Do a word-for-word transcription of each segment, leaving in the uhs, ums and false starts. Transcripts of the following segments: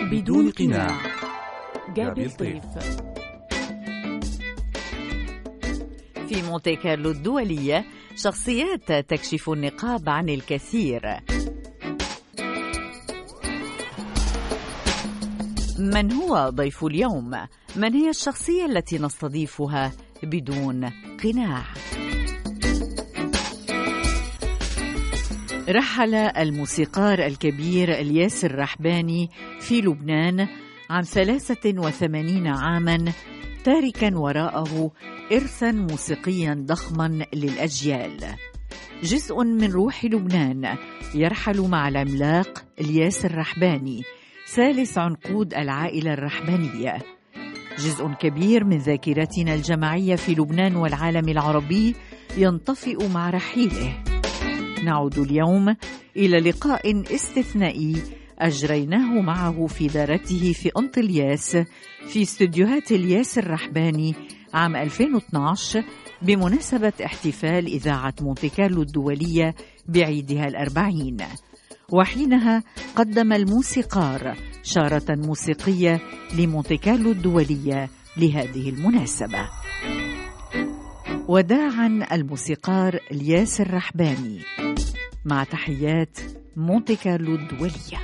بدون قناع. جابر الطيف. في مونتي كارلو الدولية شخصيات تكشف النقاب عن الكثير. من هو ضيف اليوم؟ من هي الشخصية التي نستضيفها بدون قناع؟ رحل الموسيقار الكبير الياس الرحباني في لبنان عن ثلاثة وثمانين عاما، تاركا وراءه إرثا موسيقيا ضخما للأجيال. جزء من روح لبنان يرحل مع العملاق الياس الرحباني، ثالث عنقود العائلة الرحبانية. جزء كبير من ذاكرتنا الجماعية في لبنان والعالم العربي ينطفئ مع رحيله. نعود اليوم إلى لقاء استثنائي أجريناه معه في دارته في أنطلياس في استوديوهات الياس الرحباني عام ألفين واثناشر بمناسبة احتفال إذاعة مونتي كارلو الدولية بعيدها الأربعين. وحينها قدم الموسيقار شارة موسيقية لمونتي كارلو الدولية لهذه المناسبة. وداعا الموسيقار الياس الرحباني، مع تحيات مونتي كارلو الدولية.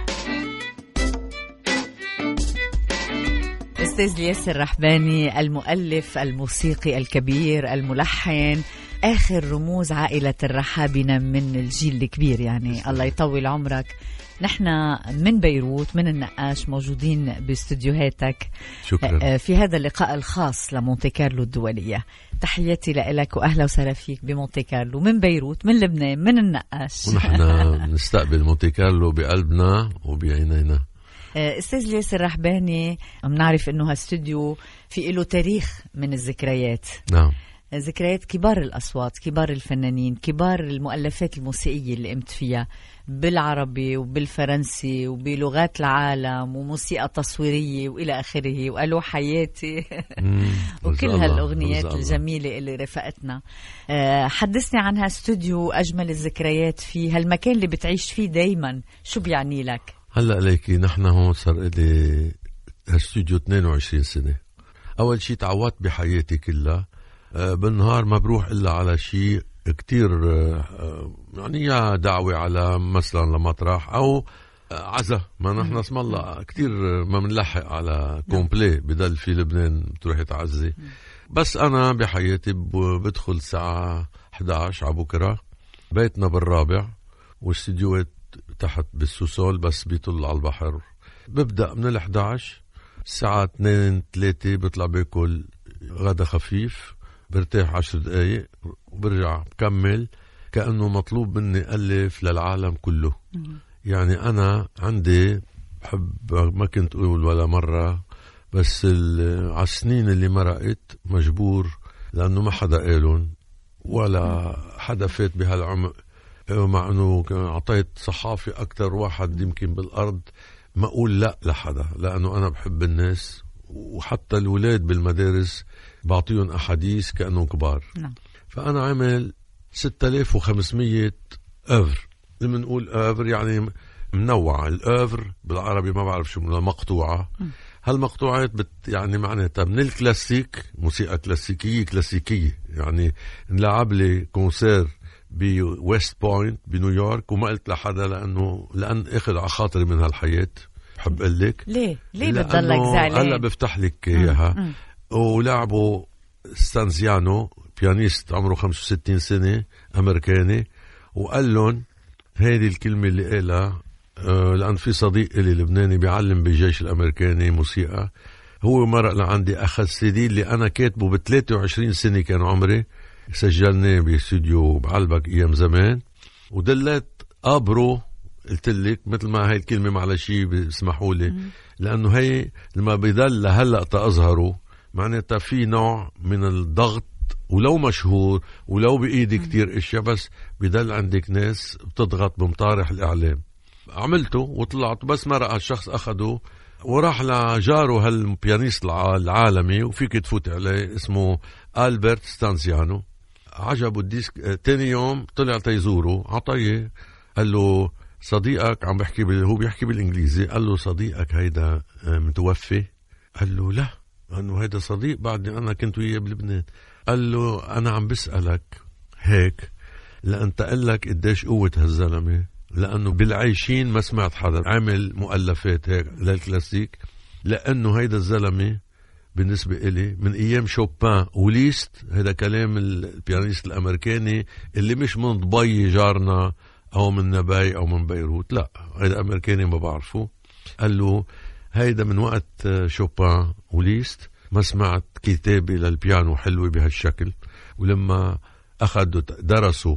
أستاذ الياس الرحباني، المؤلف الموسيقي الكبير، الملحن، آخر رموز عائلة الرحابنة من الجيل الكبير، يعني الله يطول عمرك. نحن من بيروت من النقاش موجودين باستديوهاتك. شكرا. في هذا اللقاء الخاص لمونتي كارلو الدولية. تحياتي لك وأهلا وسهلا فيك بمونتي كارلو من بيروت، من لبنان، من النقاش. ونحن نستقبل مونتي كارلو بقلبنا وبعينينا. أستاذ الياس الرحباني، بنعرف إنه هالاستوديو في له تاريخ من الذكريات. نعم. ذكريات كبار الأصوات، كبار الفنانين، كبار المؤلفات الموسيقية اللي قمت فيها بالعربي وبالفرنسي وبلغات العالم وموسيقى تصويرية وإلى آخره، وقالوا حياتي وكل هالأغنيات الجميلة اللي رفقتنا. أه حدثني عن هالاستوديو، أجمل الذكريات فيه، هالمكان اللي بتعيش فيه دايما، شو بيعني لك؟ هلأ ليكي نحن هون صار لي هالاستوديو اثنين وعشرين سنة. أول شيء تعودت بحياتي كلها بالنهار ما بروح إلا على شيء كتير، يعني يا دعوة على مثلا لمطرح أو عزة. ما نحن اسم الله كتير ما منلحق على كومبلي بدل في لبنان بتروحي تعزي. بس أنا بحياتي بدخل الساعة إحدى عشر على بكرة، بيتنا بالرابع واستديوهات تحت بالسوسول بس بيطل على البحر. ببدأ من الإحدى عشر الساعة اثنين ثلاثة، بطلع باكل غدا خفيف، برتاح عشر دقايق وبرجع بكمل، كأنه مطلوب مني ألف للعالم كله. يعني أنا عندي بحب ما كنت أقول ولا مرة، بس على السنين اللي مرقت مجبور، لأنه ما حدا قالن ولا حدا فات بهالعمق، مع أنه عطيت صحافي أكتر واحد يمكن بالأرض، ما أقول لا لحدا، لأنه أنا بحب الناس، وحتى الولاد بالمدارس بعطيهم أحاديث كأنهم كبار. نعم. فأنا عمل ستة آلاف وخمسمية أفر. لما نقول أفر يعني منوعة. الأفر بالعربي ما بعرف شو، من مقطوعة. هالمقطوعات بت يعني معناتها من الكلاسيك، موسيقى كلاسيكية كلاسيكية، يعني نلعب لي كونسير بويست بوينت بنيويورك وما قلت لحدا، لأنه لأن أخذ على خاطري من هالحياة. بحب أقول لك ليه ليه بتضلك زعلان؟ هلا بفتح لك إياها. ولعبوا ستانزيانو بيانيست عمره خمسة وستين سنة أمريكاني، وقال لهم هذه الكلمة اللي قالها، آه لأن في صديق إلي لبناني بيعلم بالجيش الأمريكاني موسيقى، هو مرق لعندي أخذ سيدي اللي أنا كاتبه بثلاثة وعشرين سنة كان عمري، سجلناه باستوديو بعلبك أيام زمان، ودلت أبرو قلت لك مثل ما هاي الكلمة معلش شيء بيسمحوا لي، لأنه هي لما بيضل لهلأ تأظهروا معناتها في نوع من الضغط، ولو مشهور ولو بإيدي كتير اشياء، بس بيضل عندك ناس بتضغط بمطارح الإعلام. عملته وطلعت، بس مرق الشخص أخده وراح لجاره هالبيانيست العالمي، وفيك تفوت عليه اسمه ألبرت ستانزيانو. عجبه الديسك. تاني يوم طلع تيزوره عطيه، قال له صديقك عم بحكي بال... هو بيحكي بالإنجليزي. قال له صديقك هيدا متوفي؟ قال له لا، أنه هيدا صديق بعدني أنا كنت وياه بلبنان. قال له أنا عم بسألك هيك لأن تقلك قديش قوة هالزلمة، لأنه بالعايشين ما سمعت حدا عامل مؤلفات هيك للكلاسيك، لأنه هيدا الزلمة بالنسبة إلي من أيام شوبان وليست. هذا كلام البيانيست الأمريكاني اللي مش من ضبي جارنا أو من نباي أو من بيروت، لا هذا أمريكاني ما بعرفه. قال له هيدا من وقت شوبان وليست ما سمعت كتابة للبيانو حلوة بهالشكل. ولما أخذوا درسوا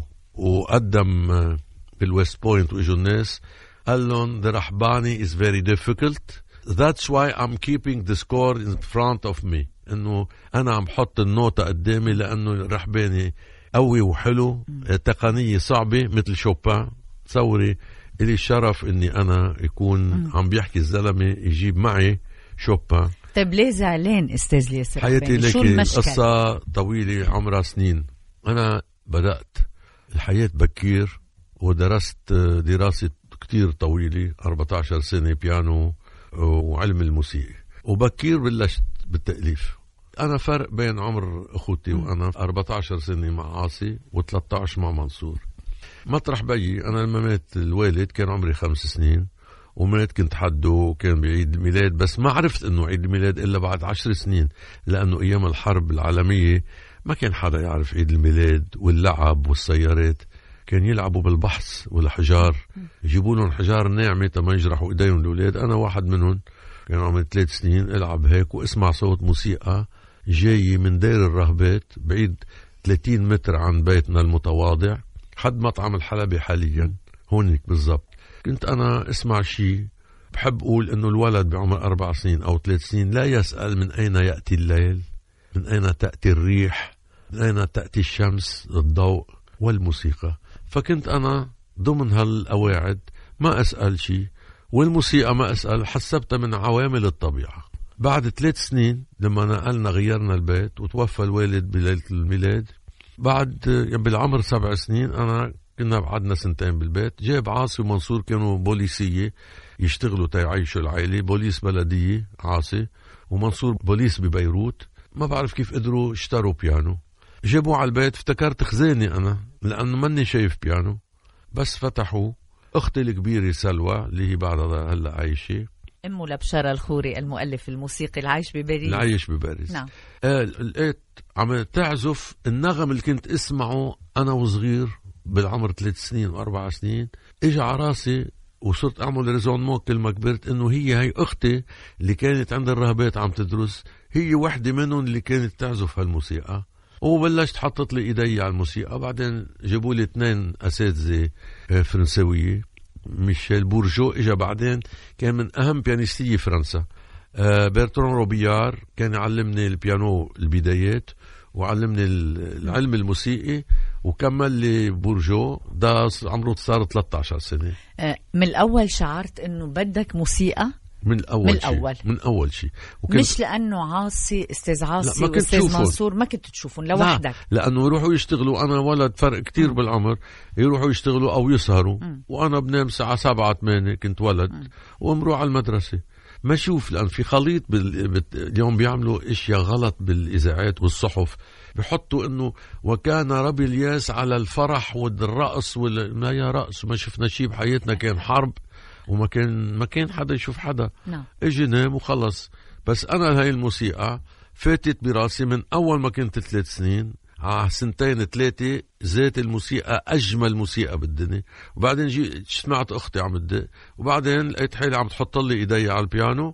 وقدم بالويست بوينت وإجوا الناس قال لهم the رحباني is very difficult, that's why I'm keeping the score in front of me. إنه أنا عم حط النوتة قدامي لأنه الرحباني قوي وحلو، تقنية صعبة مثل شوبان. تصوري إلي الشرف إني أنا يكون عم بيحكي الزلمة يجيب معي شوبان. طيب ليه زعلان أستاذ الياس الرحباني؟ حياتي لك قصة طويلة عمرها سنين. أنا بدأت الحياة بكير ودرست دراسة كتير طويلة أربعة عشر سنة بيانو وعلم الموسيقى، وبكير بلشت بالتأليف. أنا فرق بين عمر أخوتي وأنا أربعة عشر سنة مع عاصي وثلاثة عشر مع منصور. مطرح بيي أنا لما مات الوالد كان عمري خمس سنين، ومات كنت حده كان بعيد الميلاد، بس ما عرفت إنه عيد الميلاد إلا بعد عشر سنين، لأنه أيام الحرب العالمية ما كان حدا يعرف عيد الميلاد واللعب والسيارات. كان يلعبوا بالبحث والحجار، يجيبوا لهم حجار ناعمة تما يجرحوا ايديهم الأولاد. أنا واحد منهم كان عمري ثلاث سنين ألعب هيك واسمع صوت موسيقى جاي من دير الرهبات بعيد ثلاثين متر عن بيتنا المتواضع حد مطعم الحلبي حاليا هونيك بالضبط. كنت أنا اسمع شيء بحب أقول إنه الولد بعمر أربع سنين أو ثلاث سنين لا يسأل من أين يأتي الليل، من أين تأتي الريح، من أين تأتي الشمس، الضوء والموسيقى. فكنت أنا ضمن هالقواعد ما أسأل شيء، والموسيقى ما أسأل، حسبتها من عوامل الطبيعة. بعد ثلاث سنين لما نقلنا غيرنا البيت وتوفى الوالد بليلة الميلاد، بعد بالعمر سبع سنين أنا كنا بعدنا سنتين بالبيت، جاب عاصي ومنصور كانوا بوليسية يشتغلوا تيعيشوا العائلة، بوليس بلدية عاصي ومنصور بوليس ببيروت. ما بعرف كيف قدروا اشتروا بيانو، جابوه على البيت. افتكرت خزاني أنا لأنه مني شايف بيانو، بس فتحوا. أختي الكبيرة سلوى اللي هي بعدها هلأ عايشة، أمه لبشارة الخوري المؤلف الموسيقي العايش بباريس العايش بباريس نعم. آه لقيت عم تعزف النغم اللي كنت اسمعه أنا وصغير بالعمر ثلاث سنين وأربع سنين. إجا على راسي وصرت أعمل ريزونمون كل ما كبرت إنه هي هي أختي اللي كانت عند الرهبات عم تدرس، هي وحدة منهم اللي كانت تعزف هالموسيقى. وبلشت حطت لي ايدي على الموسيقى. بعدين جابوا لي اثنين اساتذه فرنسويه، ميشيل بورجو اجا بعدين كان من اهم بيانيستي فرنسا، بيرتران روبيار كان يعلمني البيانو البدايات وعلمني العلم الموسيقي، وكمل لي بورجو ده عمره صار ثلاثة عشر سنه. من الاول شعرت انه بدك موسيقى من أول من شيء الأول. من أول شيء مش لأنه عاصي أستاذ عاصي وأستاذ منصور ما كنت تشوفون لوحدك، لأنه يروحوا يشتغلوا. أنا ولد فرق كتير م. بالعمر، يروحوا يشتغلوا أو يسهروا م. وأنا بنام ساعة سبعة ثمانية كنت ولد م. وامروا على المدرسة. ما شوف لأن في خليط بال... بت... اليوم بيعملوا إشياء غلط بالإذاعات والصحف، بيحطوا إنه وكان ربي الياس على الفرح والرقص وال... ما يا رقص، ما شفنا شيء بحياتنا، كان حرب وما كان ما كان حدا يشوف حدا no. اجي نام وخلص. بس انا هاي الموسيقى فاتت براسي من اول ما كنت ثلاث سنين، ع سنتين ثلاثه زيت الموسيقى اجمل موسيقى بالدنيا. وبعدين جي سمعت اختي عم تدق، وبعدين لقيت حالي عم تحط لي ايدي على البيانو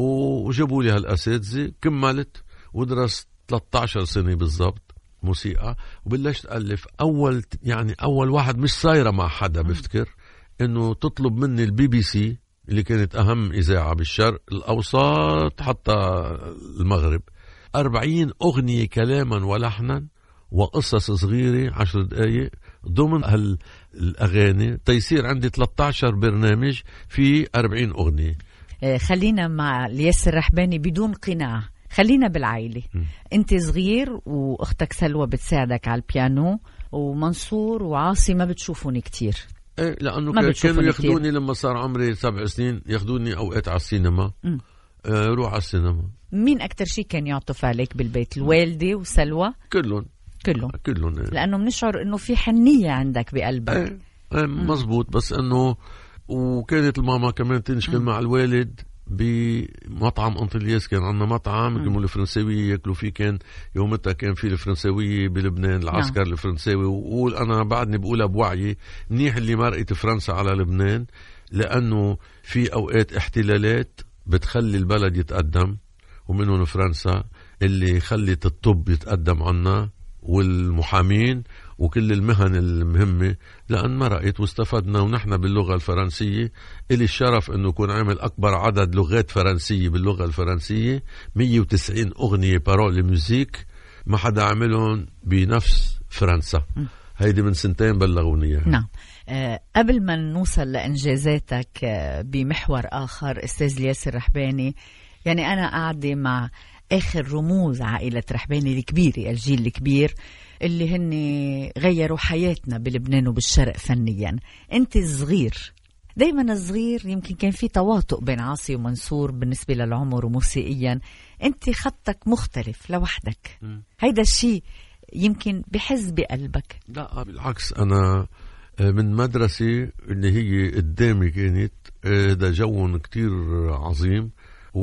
وجابوا لي هالاساتذه. كملت ودرست ثلاثة عشر سنه بالضبط موسيقى، وبلشت الف. اول يعني اول واحد مش صايره مع حدا بفتكر انه تطلب مني البي بي سي اللي كانت اهم اذاعه بالشرق الاوسط حتى المغرب، أربعين اغنيه كلاما ولحنا وقصص صغيره عشر دقائق ضمن هالاغاني تيصير عندي ثلاثة عشر برنامج في أربعين اغنيه. خلينا مع الياس الرحباني بدون قناع، خلينا بالعائله. م. انت صغير واختك سلوى بتساعدك على البيانو، ومنصور وعاصي ما بتشوفوني كتير. ايه لانه كانوا ياخذوني لما صار عمري سبع سنين، ياخذوني اوقات على السينما. آه روح على السينما. مين اكتر شيء كان يعطف عليك بالبيت؟ الوالده وسلوى؟ كلهم كلهم كلهم إيه. لانه بنشعر انه في حنيه عندك بقلبك. ايه, ايه مزبوط. بس انه وكانت الماما كمان تنشغل مع الوالد بمطعم أنطلياس. كان عندنا مطعم يقولوا الفرنساوية ياكلوا فيه. كان يومتها كان في الفرنساوية بلبنان، العسكر نعم. الفرنساوي. وقول أنا بعدني بقولها بوعي منيح اللي مرقت فرنسا على لبنان، لأنه في أوقات احتلالات بتخلي البلد يتقدم، ومنهم فرنسا اللي خلت الطب يتقدم عنا والمحامين وكل المهن المهمة، لأن مرقت واستفدنا. ونحن باللغة الفرنسية إلي الشرف أنه يكون عامل أكبر عدد لغات فرنسية باللغة الفرنسية، مية وتسعين أغنية بارول موزيك ما حدا عملهم بنفس فرنسا. هيدي من سنتين بلغوني. نعم. أه قبل ما نوصل لإنجازاتك أه بمحور آخر أستاذ ياسر رحباني، يعني أنا قاعدة مع آخر رموز عائلة رحباني الكبيرة، الجيل الكبير اللي هن غيروا حياتنا بلبنان وبالشرق فنيا. انت الصغير، دايما الصغير يمكن كان في تواطؤ بين عاصي ومنصور بالنسبة للعمر وموسيقيا. انت خطك مختلف لوحدك. م. هيدا الشيء يمكن بحز بقلبك. لا بالعكس، أنا من مدرسة اللي هي قدامي كانت ده جو كتير عظيم،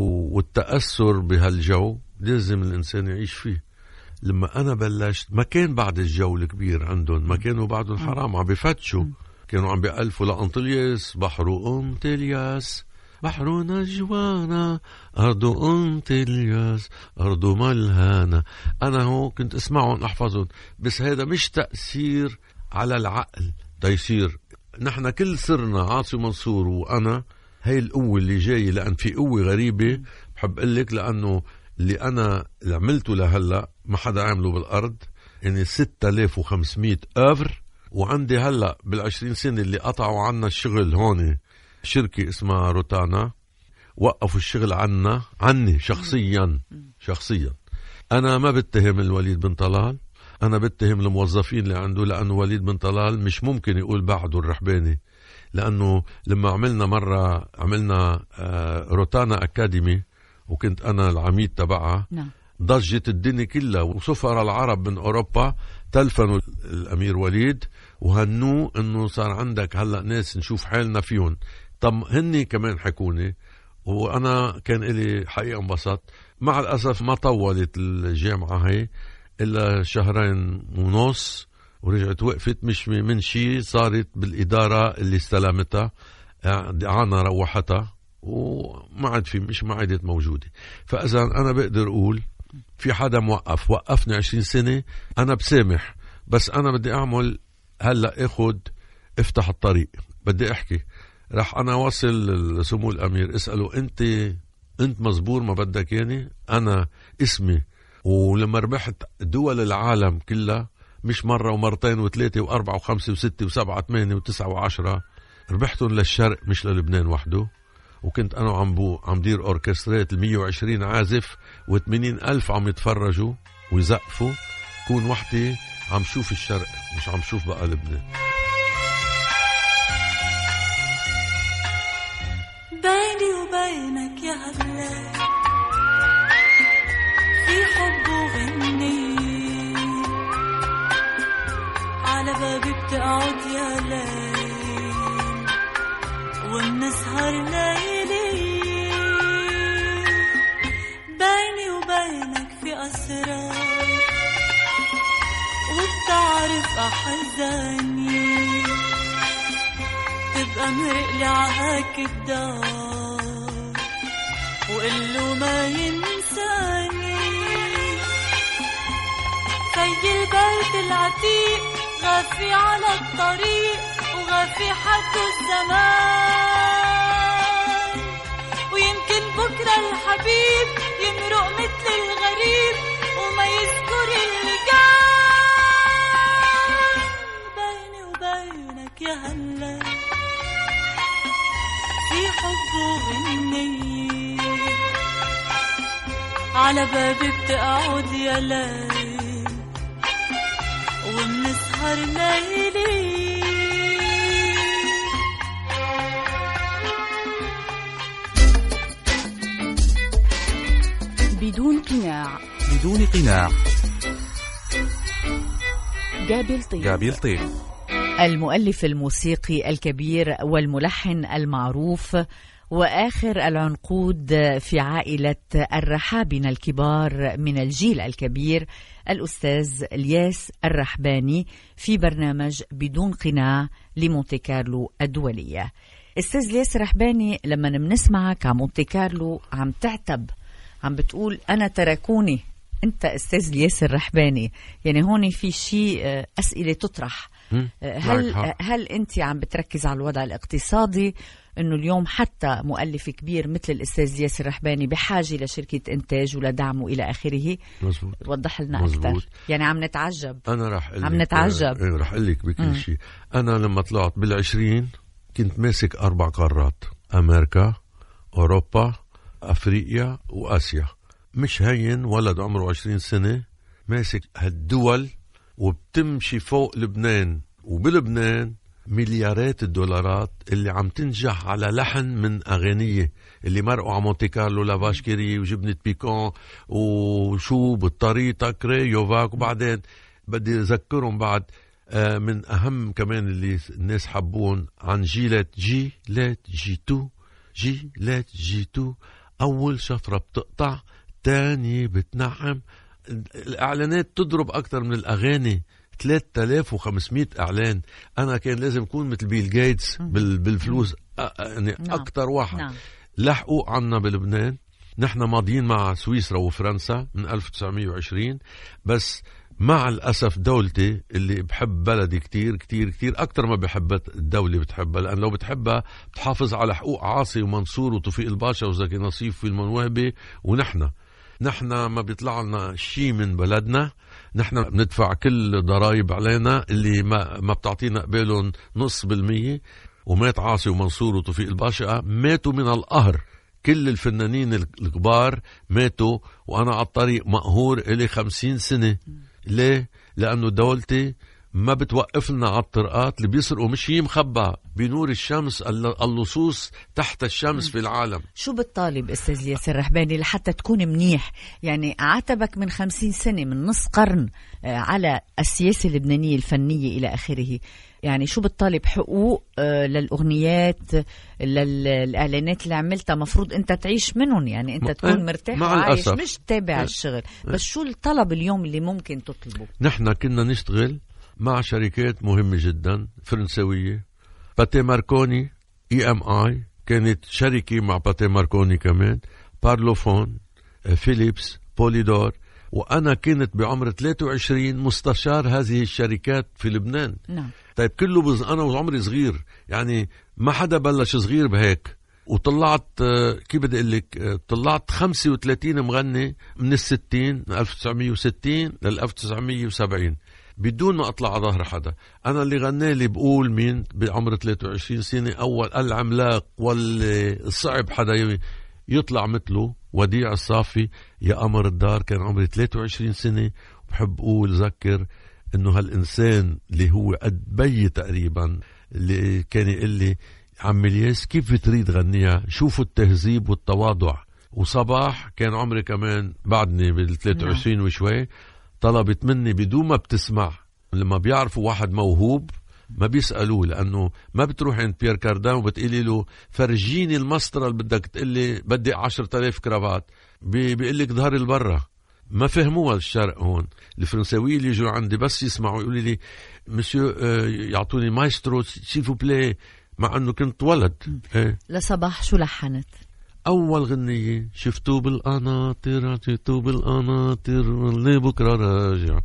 والتأثر بهالجو لازم الإنسان يعيش فيه. لما أنا بلشت ما كان بعد الجو الكبير عندهم، ما كانوا بعدهم حرام عم بفتشوا، كانوا عم بيألفوا لأنطلياس، بحر أنطلياس بحر نجوانا أرض أنطلياس أرض ملهانا. أنا هو كنت أسمعهم أحفظهم، بس هذا مش تأثير على العقل دا يصير. نحن كل سرنا عاصي منصور وأنا هاي القوة اللي جاي، لأن في قوة غريبة بحب أقلك، لأنه اللي أنا اللي عملته لهلأ ما حدا عمله بالأرض، يعني ستة آلاف وخمسمية أفر. وعندي هلأ بالعشرين سنة اللي قطعوا عنا الشغل هون شركة اسمها روتانا، وقفوا الشغل عنا عني شخصيا شخصيا. أنا ما بتهم الوليد بن طلال، أنا بتهم الموظفين اللي عنده، لأنه وليد بن طلال مش ممكن يقول بعده الرحباني. لأنه لما عملنا مرة عملنا روتانا أكاديمي وكنت أنا العميد تبعها، نعم. ضجت الدنيا كلها، وسفراء العرب من أوروبا تلفنوا الأمير وليد وهنوه إنه صار عندك هلأ ناس نشوف حالنا فيهم. طب هني كمان حكوني، وأنا كان إلي حقيقة انبسط. مع الأسف ما طولت الجامعة هاي إلا شهرين ونص ورجعت وقفت، مش من شيء صارت بالإدارة اللي استلمتها عنا روحتها وما عاد في مش ما عادت موجودة. فإذا أنا بقدر أقول في حدا موقف وقفني عشرين سنة، أنا بسامح، بس أنا بدي أعمل هلأ أخد افتح الطريق، بدي أحكي. رح أنا وصل لسمو الأمير اسأله أنت أنت مزبور ما بدك يعني. أنا اسمي ولما ربحت دول العالم كلها، مش مرة ومرتين وثلاثة وأربعة وخمسة وستة وسبعة ثمانية وتسعة وعشرة، ربحتهم للشرق مش للبنان وحده. وكنت أنا عم بو عم دير أوركسترات المية وعشرين عازف وثمانين ألف عم يتفرجوا ويزقفوا، كون وحدي عم شوف الشرق مش عم شوف بقى لبنان. بيني وبينك يا هلا في حب وغني، على بابي بتقعد يا ليل ونسهر ليلي. بيني وبينك في أسرار وبتعرف أحزاني، تبقى مرقلي عهاك الدار وقله ما ينساني. في البيت العتيق غافي على الطريق وغافي حده الزمان، ويمكن بكرة الحبيب يمرق مثل الغريب وما يذكر اللي كان. بيني وبينك يا هلا في حب وغني، على بابي بتقعد يا ليل ومنسهر ليلي. بدون قناع. بدون قناع. جابي لطيف. جابي لطيف المؤلف الموسيقي الكبير والملحن المعروف وآخر العنقود في عائلة الرحابنة الكبار من الجيل الكبير، الأستاذ الياس الرحباني، في برنامج بدون قناع لمونتي كارلو الدولية. أستاذ الياس الرحباني، لما بنسمعك عن مونتي كارلو عم تعتب، عم بتقول أنا تركوني. أنت أستاذ الياس الرحباني، يعني هون في شيء أسئلة تطرح. هل هل أنت عم بتركز على الوضع الاقتصادي، إنه اليوم حتى مؤلف كبير مثل الأستاذ الياس الرحباني بحاجة لشركة إنتاج ولدعم وإلى آخره؟ مزبوط. توضح لنا مزبوط. أكثر، يعني عم نتعجب. أنا رح عم نتعجب رح أقول لك بكل شيء. أنا لما طلعت بالعشرين كنت ماسك أربع قارات، أمريكا، أوروبا، أفريقيا وآسيا. مش هين، ولد عمره عشرين سنة ماسك هالدول وبتمشي فوق لبنان، وبلبنان مليارات الدولارات اللي عم تنجح على لحن من أغانية اللي مرقوا على مونتي كارلو، لافاش كيري وجبنة بيكون وشو بالطريق تاكري يوفاك. وبعدين بدي أذكرهم بعد آه من أهم كمان اللي الناس حبون عن جيلات جيلات جيتو جيلات جيتو. أول شفرة بتقطع، تاني بتنعم. الإعلانات تضرب أكتر من الأغاني، ثلاثة آلاف وخمسمية إعلان. أنا كان لازم أكون مثل بيل جيتس بالفلوس، يعني أكتر واحد. نعم. لحقوا عنا بلبنان. نحن ماضيين مع سويسرا وفرنسا من ألف وتسعمية وعشرين، بس مع الأسف دولتي اللي بحب بلدي كتير كتير كتير أكتر ما بحب الدولة بتحبها، لأن لو بتحبها بتحافظ على حقوق عاصي ومنصور وتوفيق الباشا وزكي نصيف في المنوهبة. ونحن نحن ما بيطلع لنا شيء من بلدنا. نحن بندفع كل ضرائب علينا اللي ما, ما بتعطينا قبالهم نص بالمية. ومات عاصي ومنصور وتوفيق الباشا، ماتوا من القهر. كل الفنانين الكبار ماتوا وأنا على الطريق مقهور إلي خمسين سنة. ليه؟ لأنه دولتي ما بتوقف لنا على الطرقات. اللي بيسرقوا مش مخبى بنور الشمس، اللصوص تحت الشمس في العالم. شو بتطالب أستاذ الياس الرحباني لحتى تكون منيح؟ يعني عاتبك من خمسين سنة، من نص قرن، على السياسة اللبنانية الفنية إلى آخره. يعني شو بتطالب؟ حقوق للأغنيات، للإعلانات اللي عملتها مفروض أنت تعيش منهم، يعني أنت تكون مرتاح وعايش، مش تابع الشغل. بس شو الطلب اليوم اللي ممكن تطلبه؟ نحن كنا نشتغل مع شركات مهمة جدا فرنسوية. باتي ماركوني، اي ام اي كانت شركة مع باتي ماركوني كمان، بارلوفون، فيليبس، بوليدور. وأنا كنت بعمر ثلاثة وعشرين مستشار هذه الشركات في لبنان. نعم. طيب كله بز... أنا وعمري صغير، يعني ما حدا بلش صغير بهيك. وطلعت كيف بدي أقول لك، طلعت خمسة وثلاثين مغني من الستين من ألف وتسعمية وستين لل ألف وتسعمية وسبعين بدون ما أطلع على ظهر حدا. أنا اللي غنى لي بقول مين بعمر ثلاثة وعشرين سنة، أول العملاق والصعب حدا يطلع مثله، وديع الصافي. يا قمر الدار كان عمري ثلاثة وعشرين سنة. وبحب أقول ذكر إنه هالإنسان اللي هو قد بي تقريبا، اللي كان يقول لي عم الياس كيف بتريد غنيها، شوفوا التهذيب والتواضع. وصباح كان عمري كمان بعدني بالثلاثة وعشرين وشوي، طلبت مني بدون ما بتسمع. لما بيعرفوا واحد موهوب ما بيسألوه، لأنه ما بتروح عند بيير كاردان وبتقولي له فرجيني المسطرة اللي بدك تقلي بدي عشرة آلاف كرافات، بيقلك ظهر البرة. ما فهموها الشرق هون. الفرنساوية اللي يجوا عندي بس يسمعوا يقولي لي مسيو، آه يعطوني مايسترو سيفو بلاي، مع أنه كنت ولد. ايه. لصباح شو لحنت؟ أول غنية شفتو بالقناطر، شفتو بالقناطر اللي بكرة راجع،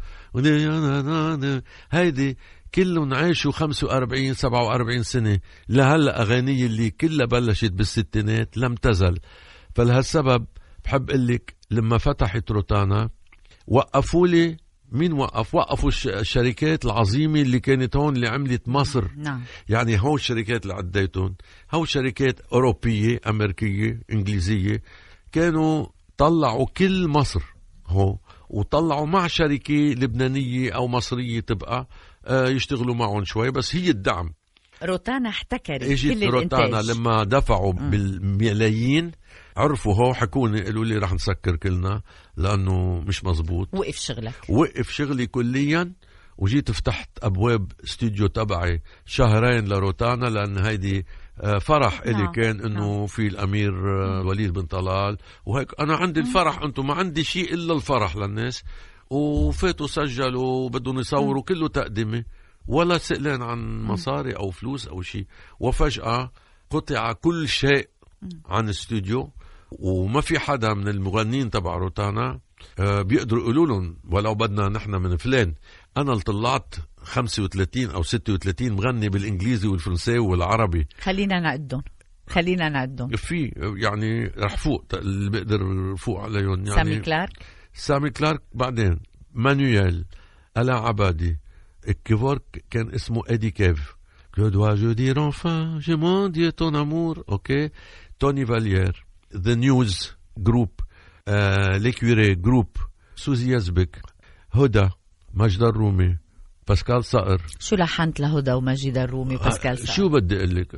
هيدي كلهم عايشوا خمسة وأربعين سبعة وأربعين سنة لهلا. أغاني اللي كلها بلشت بالستينات لم تزل. فلهالسبب بحب قلك لما فتحت روتانا وقفوا لي. مين وقف؟ وقفوا الشركات العظيمة اللي كانت هون، اللي عملت مصر. نعم. يعني هو الشركات اللي عديتهم هو شركات أوروبية أمريكية إنجليزية، كانوا طلعوا كل مصر هو، وطلعوا مع شركة لبنانية أو مصرية تبقى آه يشتغلوا معهم شوي، بس هي الدعم. روتانا احتكرت اجت كل روتانا الانتاج. لما دفعوا م. بالملايين عرفوا هو حكوني قالوا لي رح نسكر كلنا لأنه مش مزبوط. وقف شغلك. وقف شغلي كليا، وجيت فتحت أبواب استوديو تبعي شهرين لروتانا، لأن هيدي فرح إلي نعم. كان إنه نعم. في الأمير وليد بن طلال وهيك أنا عندي الفرح، أنتم ما عندي شيء إلا الفرح للناس. وفاتوا سجلوا وبدهم يصوروا كله تقدمة ولا سئلان عن مصاري أو فلوس أو شيء. وفجأة قطع كل شيء عن الاستوديو، وما في حدا من المغنين تبع روتانا بيقدروا يقولوا لهم ولو بدنا نحن من فلان. أنا اللي طلعت خمسة وثلاثين أو ستة وثلاثين مغني بالإنجليزي والفرنسي والعربي. خلينا نعدهم خلينا نعدهم في يعني رح فوق اللي بقدر فوق عليهم يعني. سامي كلارك سامي كلارك، بعدين مانويل، ألا عبادي، الكيفورك كان اسمه إدي كيف. Que dois-je dire enfin, j'ai mon Dieu ton amour, ok. Tony Valier, The News Group, euh, L'Écuré Group, سوزي يزبك، هدى، مجد الرومي، باسكال صقر. شو لحنت لهدى ومجد الرومي وباسكال صقر؟ شو بدي اقول لك،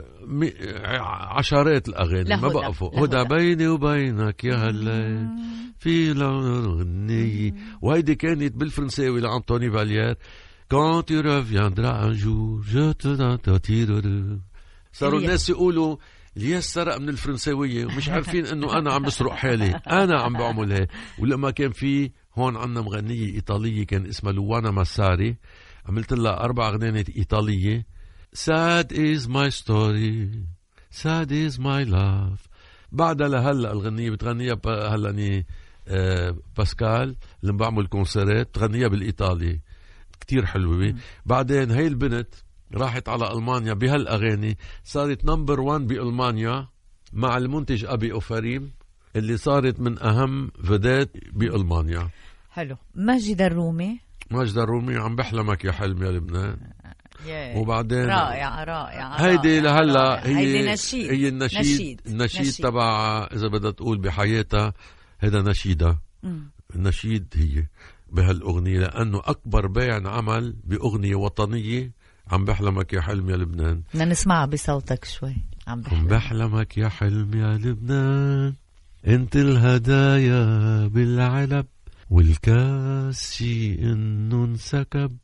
عشرات الاغاني ما بقفوا. هدى بيني وبينك يا هلا في الغنية، وهيدي كانت بالفرنساوي لعن توني فاليير. Quand tu reviendras un jour, je te donne. صاروا الناس يقولوا الياس سرق من الفرنساوية ومش عارفين انه انا عم بسرق حالي، انا عم بعمل هيك. ولما كان في هون عنا مغنية ايطالية كان اسمها لوانا ماساري، عملت لها اربع اغاني ايطالية. Sad is my story, sad is my love. بعدها لهلا الغنية بتغنيها هلاني آه باسكال اللي بعمل كونسرات تغنيها بالايطالي كتير حلوة. بعدين هاي البنت راحت على ألمانيا بهالأغاني، صارت نمبر وان بألمانيا مع المنتج أبي أوفريم اللي صارت من أهم فدات بألمانيا. حلو. ماجد الرومي، ماجد الرومي عم بحلمك يا حلم يا لبنان. وبعدين رائعة رائعة هيدي لهلا هي هيدي نشيد. هي النشيد نشيد, النشيد نشيد. تبع إذا بدها تقول بحياتها هذا نشيدة. النشيد هي بهالأغنية لأنه أكبر بيع عمل بأغنية وطنية. عم بحلمك يا حلم يا لبنان، بدنا نسمعها بصوتك شوي. عم بحلم. عم بحلمك يا حلم يا لبنان، انت الهدايا بالعلب والكاس شي انه انسكب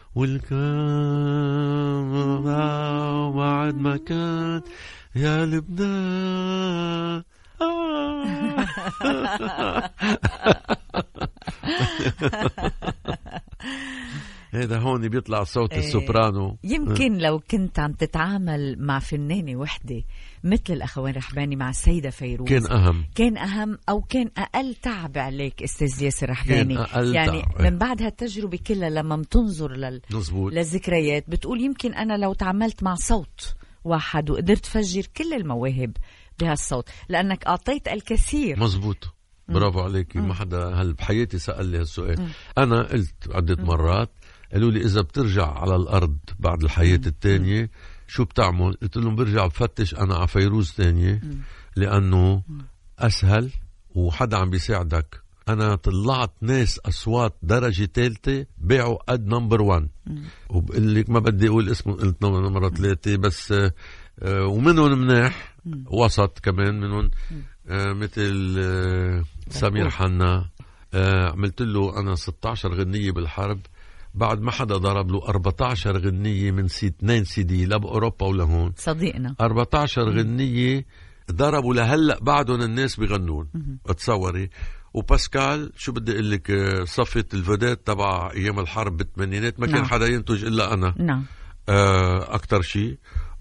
والكام بعد ما كان يا لبنان. هذا هون بيطلع صوت السوبرانو. يمكن لو كنت عم تتعامل مع فنانة وحدة مثل الأخوين رحباني مع السيدة فيروز كان أهم كان أهم أو كان أقل تعب عليك أستاذ ياسر رحباني. يعني تعب. من بعد هالتجربة كلها لما بتنظر لل... للذكريات بتقول يمكن أنا لو تعاملت مع صوت واحد وقدرت فجر كل المواهب بهالصوت لأنك أعطيت الكثير. مزبوط، برافو عليكي. ما حدا هل بحياتي سأل لي هالسؤال. أنا قلت عدة مرات، قالوا لي إذا بترجع على الأرض بعد الحياة التانية شو بتعمل؟ قلت لهم برجع بفتش أنا على فيروز تانية لأنه أسهل وحدا عم بيساعدك. أنا طلعت ناس أصوات درجة ثالثة باعوا قد نمبر وان، وبقول لك ما بدي أقول اسمه، قلت نمرة ثلاثة بس. آه ومنهم مناح وسط كمان منهم آه مثل آه سمير حنا. آه عملت له أنا ستة عشر غنية بالحرب بعد ما حدا ضرب له أربعة عشر غنية من سي اثنين سي دي لا بأوروبا ولا هون. صديقنا أربعة عشر غنية ضربوا لهلأ بعدهم الناس بيغنون. اتصوري. وباسكال شو بدي اقول لك، صفت الفودات تبع ايام الحرب بالثمانينات ما كان نعم. حدا ينتج الا انا. نعم. آه اكتر شيء.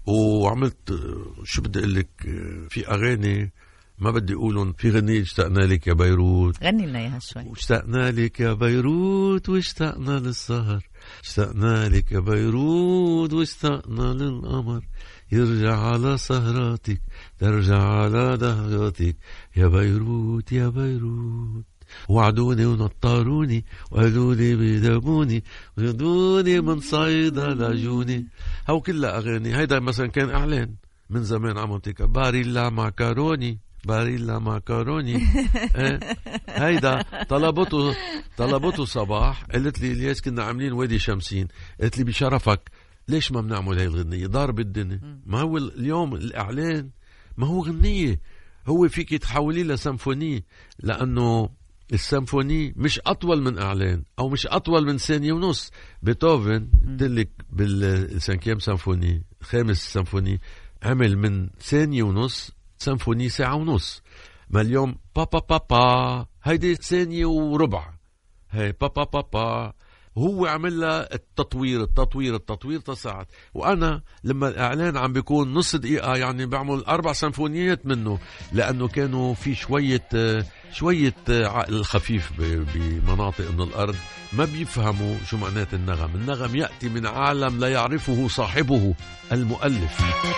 وعملت شو بدي اقول لك، في اغاني ما بدي اقولهم. في غنية اشتقنا لك يا بيروت، غني لنا اياها شوي. واشتقنا لك يا بيروت واشتقنا للسهر، اشتقنا لك يا بيروت واشتقنا للقمر، يرجع على سهراتك ترجع على دهراتك يا بيروت يا بيروت. وعدوني ونطروني وقالوا لي بيدبوني ويدوني من صيدا لجوني. هاو كلها اغاني. هيدا مثلا كان اعلان من زمان عملتك باريلا ماكاروني باريلا ماكاروني. اه هيدا طلبته طلبته صباح. قالت لي الياس كنا عاملين وادي شمسين، قالت لي بشرفك ليش ما بنعمل هاي الغنية؟ ضارب الدنيا. ما هو اليوم الإعلان ما هو غنية، هو فيك تحوليه لسيمفوني، لأنه السيمفوني مش أطول من إعلان أو مش أطول من ثانية ونص. بيتهوفن قلت بالسانكيام سيمفوني خامس سيمفوني عمل من ثانية ونص سيمفوني ساعة ونص. ما اليوم بابا بابا هيدي ثانية وربع، هاي بابا بابا هو عمل لها التطوير التطوير التطوير تصاعد. وأنا لما الإعلان عم بيكون نص دقيقة يعني بعمل أربع سيمفونيات منه، لأنه كانوا في شوية شوية عقل خفيف بمناطق من الأرض ما بيفهموا شو معنات النغم. النغم يأتي من عالم لا يعرفه صاحبه المؤلف.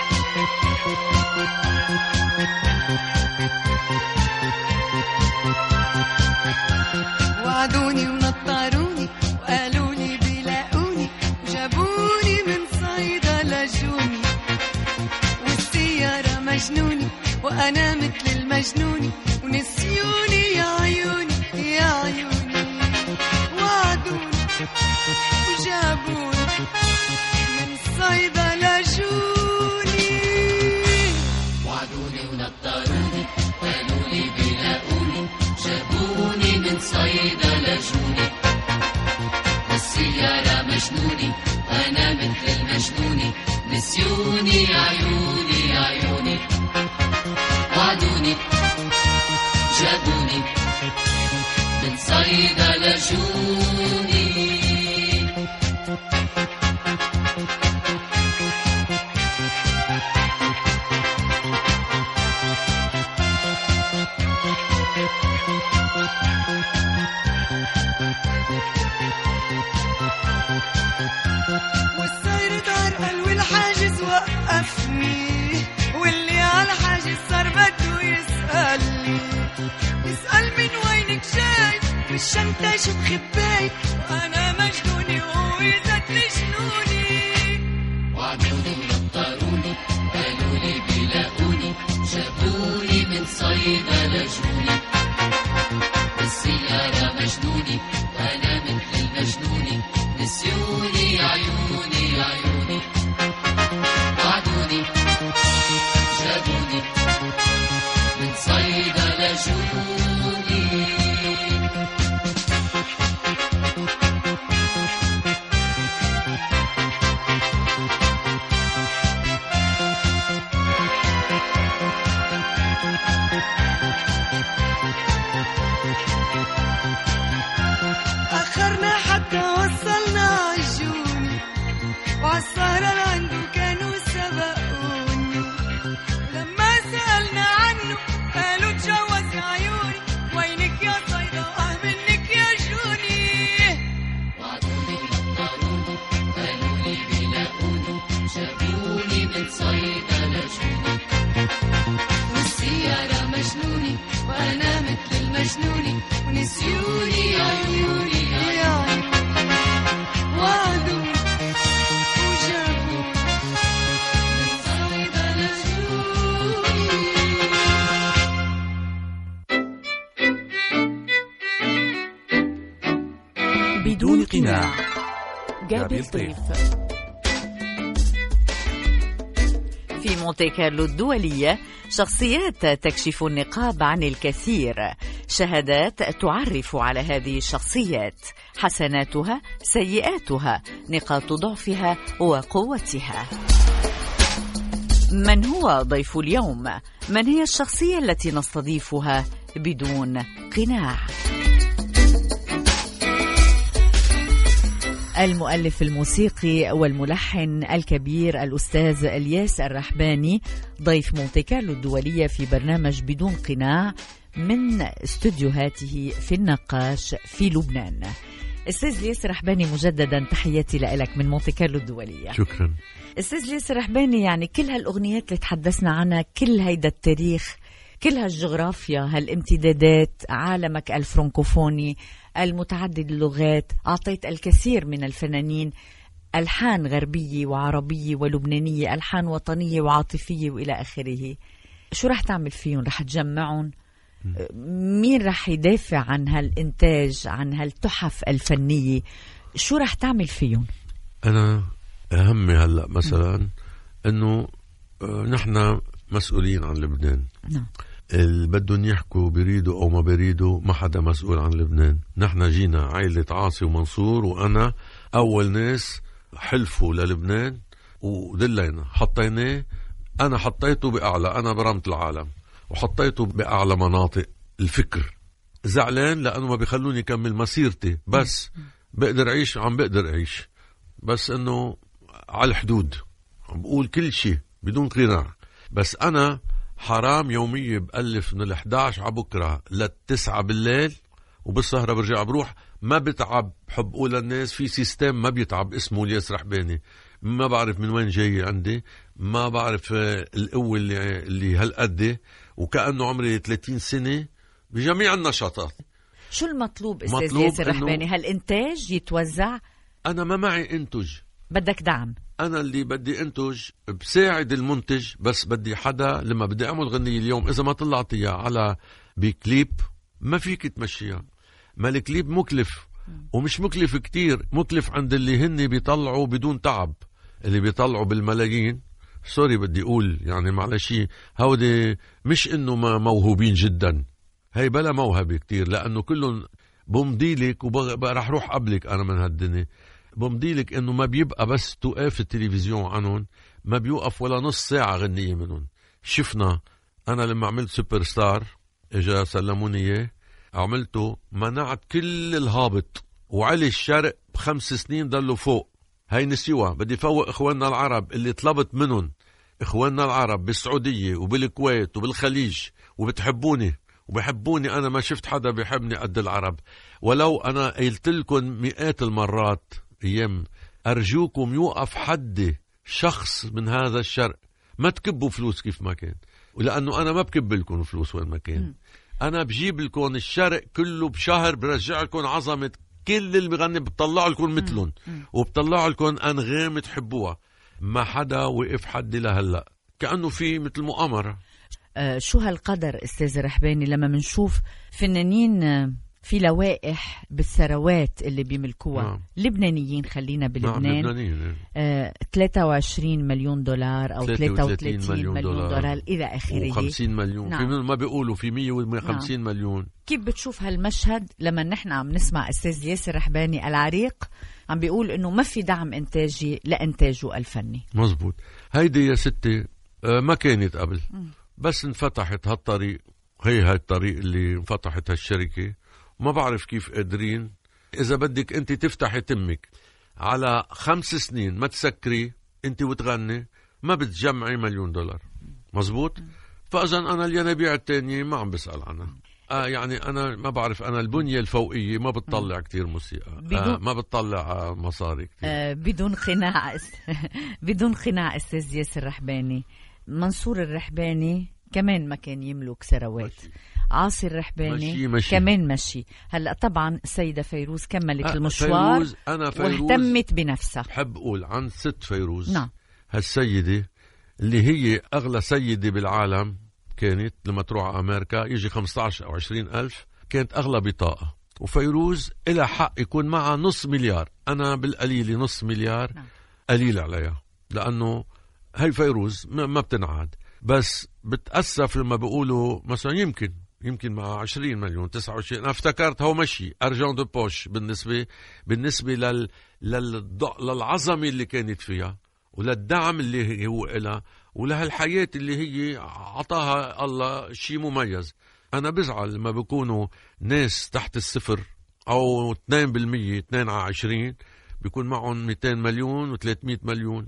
وعدوني ونطروني وقالولي بيلاقوني وجابوني من صيدا لجوني، والسيارة مجنوني وأنا مثل المجنوني ونسيوني يا عيوني يا عيوني. وعدوني وجابوني من صيدا لجوني، وعدوني ونطروني وقالولي بيلاقوني جابوني من صيدا لجوني، والسيارة مجنوني وأنا مثل المجنوني نسيوني يا عيوني يا عيوني. وعدوني جابوني من صيدا لجوني. والسير تعرقل والحاجز وقفني، واللي على الحاجز صار بده يسألني، يسأل من وينك جاي بالشنطة شو مخباي، وأنا مجنوني وهو زاد جنوني. وعدوني ونطروني قالولي بيلاقوني جابوني من صيدا لجوني، بالسيارة مجنوني وأنا مثل المجنوني نسيوني يا عيوني يا عيوني. وعدوني جابوني من صيدا لجوني. أخرنا حتى وصلنا عجوني، وعالسهرة عنده كانوا سبقوني، لما سألنا عنه قالوا تجوز عيوني، وينك يا صيدا واه منك يا جوني. وعدوني ونطروني قالولي بيلاقوني جابوني من صيدا لجوني، والسيارة مجنوني وأنا مثل المجنوني ونسيوني يا عيوني يا عيوني. وعدوني وجابوني من صيدا لجوني. بدون قناع. جابي الطيف. في مونتي كارلو الدولية شخصيات تكشف النقاب عن الكثير، شهادات تعرف على هذه الشخصيات، حسناتها سيئاتها، نقاط ضعفها وقوتها. من هو ضيف اليوم؟ من هي الشخصية التي نستضيفها بدون قناع؟ المؤلف الموسيقي والملحن الكبير الأستاذ إلياس الرحباني ضيف مونتي كارلو الدولية في برنامج بدون قناع من استوديوهاته في النقاش في لبنان. أستاذ إلياس الرحباني مجددا تحياتي لك من مونتي كارلو الدولية. شكرا. أستاذ إلياس الرحباني، يعني كل هالأغنيات اللي تحدثنا عنها، كل هيدا التاريخ، كل هالجغرافيا، هالامتدادات، عالمك الفرنكوفوني المتعدد اللغات، أعطيت الكثير من الفنانين ألحان غربية وعربية ولبنانية، ألحان وطنية وعاطفية وإلى آخره. شو رح تعمل فيهم؟ رح تجمعهم؟ مين رح يدافع عن هالإنتاج، عن هالتحف الفنية؟ شو رح تعمل فيهم؟ أنا أهمي هلأ مثلا أنه نحن مسؤولين عن لبنان. نعم. اللي بدهم يحكوا بيريدوا أو ما بيريدوا ما حدا مسؤول عن لبنان. نحن جينا عائلة عاصي ومنصور وأنا أول ناس حلفوا للبنان ودلينا حطيناه. أنا حطيته بأعلى، أنا برمت العالم وحطيته بأعلى مناطق الفكر. زعلان لأنه ما بيخلوني كمل مسيرتي، بس بقدر أعيش، عم بقدر أعيش، بس أنه على الحدود عم بقول كل شيء بدون قناع. بس أنا حرام يومية بألف من الحداش عبكرة للتسعة بالليل، وبالسهرة برجع بروح. ما بتعب، حب قول للناس في سيستم ما بيتعب اسمه الياس رحباني. ما بعرف من وين جاي عندي، ما بعرف القوة اللي, اللي هالقد، وكأنه عمري ثلاثين سنة بجميع النشاطات. شو المطلوب أستاذ ياسر رحباني؟ هالإنتاج يتوزع؟ أنا ما معي انتج، بدك دعم. أنا اللي بدي أنتج بساعد المنتج، بس بدي حدا لما بدي أعمل غنية اليوم إذا ما طلعتيها على بكليب ما فيك تمشيها. ما الكليب مكلف، ومش مكلف كتير، مكلف عند اللي هن بيطلعوا بدون تعب، اللي بيطلعوا بالملايين. سوري بدي أقول يعني معلش، هودي مش إنه ما موهوبين جدا، هي بلا موهبة كتير، لأنه كلهم بمضيلك وراح روح قبلك. أنا من هالدنيا بمضيلك إنه ما بيبقى بس توقف التلفزيون عنهم، ما بيوقف ولا نص ساعة غنية منهم. شفنا أنا لما عملت سوبر ستار إجا سلموني إياه، عملته منعت كل الهابط، وعلي الشرق بخمس سنين ضلوا فوق. هاي نسيوها. بدي فوق إخواننا العرب اللي طلبت منهم، إخواننا العرب بالسعودية وبالكويت وبالخليج، وبتحبوني وبحبوني. أنا ما شفت حدا بيحبني قد العرب، ولو أنا قلت لكم مئات المرات أيام أرجوكم يوقف حد شخص من هذا الشرق، ما تكبوا فلوس كيف ما كان، ولأنه أنا ما بكب لكم فلوس وين ما كان. أنا بجيب لكم الشرق كله بشهر، برجع لكم عظمة كل اللي بغني، بطلع لكم مثلهم وبطلع لكم أنغام تحبوها. ما حدا وقف حد لهلأ، كأنه في مثل مؤامرة. آه شو هالقدر أستاذ رحباني لما منشوف فنانين في لوائح بالثروات اللي بيملكوها. نعم. لبنانيين، خلينا بلبنان. نعم لبنانيين. آه ثلاثة وعشرين مليون دولار أو ثلاثة وثلاثين مليون, مليون دولار, دولار إلى آخره، وخمسين مليون. نعم. في ما بيقولوا في مية وخمسين نعم. مليون. كيف بتشوف هالمشهد لما نحن عم نسمع أستاذ ياسر رحباني العريق عم بيقول إنه ما في دعم إنتاجي لإنتاجه الفني؟ مزبوط. هيدي يا ستي آه ما كانت قبل، م. بس انفتحت هالطريق. هي هاي الطريق اللي انفتحت هالشركة، ما بعرف كيف قادرين. إذا بدك أنت تفتحي تمك على خمس سنين ما تسكري أنت وتغني، ما بتجمعي مليون دولار. مزبوط. فأذا أنا الينابيع التانية ما عم بسأل عنها. آه يعني أنا ما بعرف، أنا البنية الفوقية ما بتطلع كتير موسيقى، آه ما بتطلع مصاري كتير. آه بدون قناع بدون قناع أستاذ ياسر رحباني. منصور الرحباني كمان ما كان يملك ثروات. عاصي الرحباني مشي مشي. كمان مشي. هلأ طبعا السيدة فيروز كملت أه المشوار فيروز. أنا فيروز واهتمت بنفسها. بحب أقول عن ست فيروز. نعم. هالسيدة اللي هي أغلى سيدة بالعالم كانت، لما تروح على أمريكا يجي خمسة عشر أو عشرين ألف، كانت أغلى بطاقة. وفيروز إلى حق يكون معها نص مليار. أنا بالقليل نص مليار نعم. قليل عليها، لأنه هاي فيروز ما بتنعاد. بس بتأسف لما بيقولوا مثلا يمكن يمكن مع عشرين مليون تسعة وعشرين. أنا افتكرت هو مشي أرجان دو بوش بالنسبة بالنسبة لل... لل... للعظمة اللي كانت فيها، وللدعم اللي هو إلها، ولهالحياة اللي هي عطاها الله شيء مميز. أنا بزعل لما بيكونوا ناس تحت الصفر أو اثنين بالمية اثنين على عشرين بيكون معهم مئتين مليون وثلاثمئة مليون.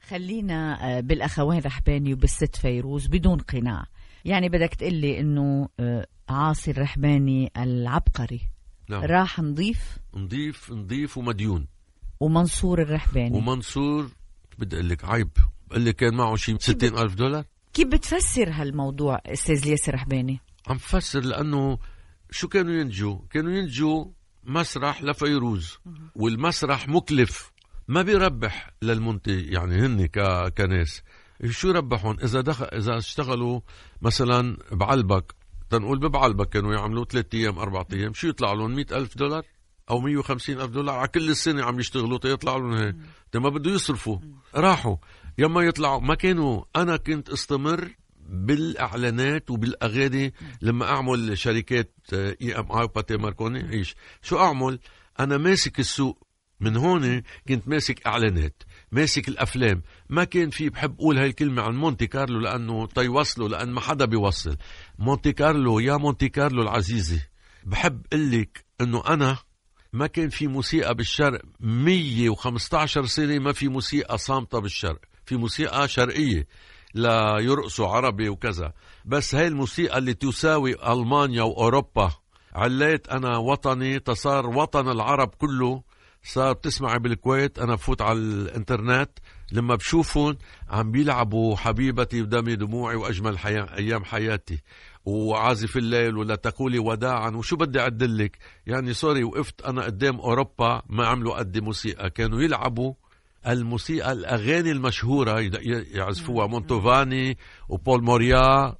خلينا بالأخوين رحباني وبالست فيروز بدون قناع. يعني بدك تقلي إنه عاصي الرحباني العبقري نعم. راح نضيف نضيف نضيف ومديون. ومنصور الرحباني ومنصور بدي أقول لك عيب اللي كان معه شيء ستين ألف دولار. كيف بتفسر هالموضوع أستاذ ياسر رحباني؟ عم فسر لأنه شو كانوا ينجوا كانوا ينجوا مسرح لفيروز، والمسرح مكلف ما بيربح للمنتج. يعني هن ك... كناس شو ربحون إذا دخل إذا اشتغلوا مثلا بعلبك، تنقول ببعلبك كانوا يعملوا ثلاثة أيام أربعة أيام، شو يطلع لهم مئة ألف دولار أو مية وخمسين ألف دولار على كل السنة عم يشتغلوا تيطلعوا لهم هيك. ما بده يصرفوا راحوا يما يطلعوا. ما كانوا. أنا كنت استمر بالإعلانات وبالأغاني لما أعمل شركات إي إم آي وباتي ماركوني. إيش شو أعمل؟ أنا ماسك السوق من هون. كنت ماسك إعلانات، ماسك الأفلام. ما كان في، بحب أقول هاي الكلمة عن مونتي كارلو لأنه تيوصلوا، لأن ما حدا بيوصل. مونتي كارلو يا مونتي كارلو العزيزة، بحب قلك أنه أنا ما كان في موسيقى بالشرق مية وخمسة عشر سنة ما في موسيقى صامتة بالشرق. في موسيقى شرقية لا يرقصوا عربي وكذا، بس هاي الموسيقى اللي تساوي ألمانيا وأوروبا. عليت أنا وطني تصار وطن العرب كله. صار بتسمعي بالكويت أنا بفوت على الانترنت لما بشوفهم عم بيلعبوا حبيبتي ودمي دموعي وأجمل حياة أيام حياتي وعازف الليل ولا تقولي وداعا وشو بدي أعدلك. يعني سوري، وقفت أنا قدام أوروبا ما عملوا قد موسيقى. كانوا يلعبوا الموسيقى الأغاني المشهورة يعزفوها مونتوفاني وبول موريا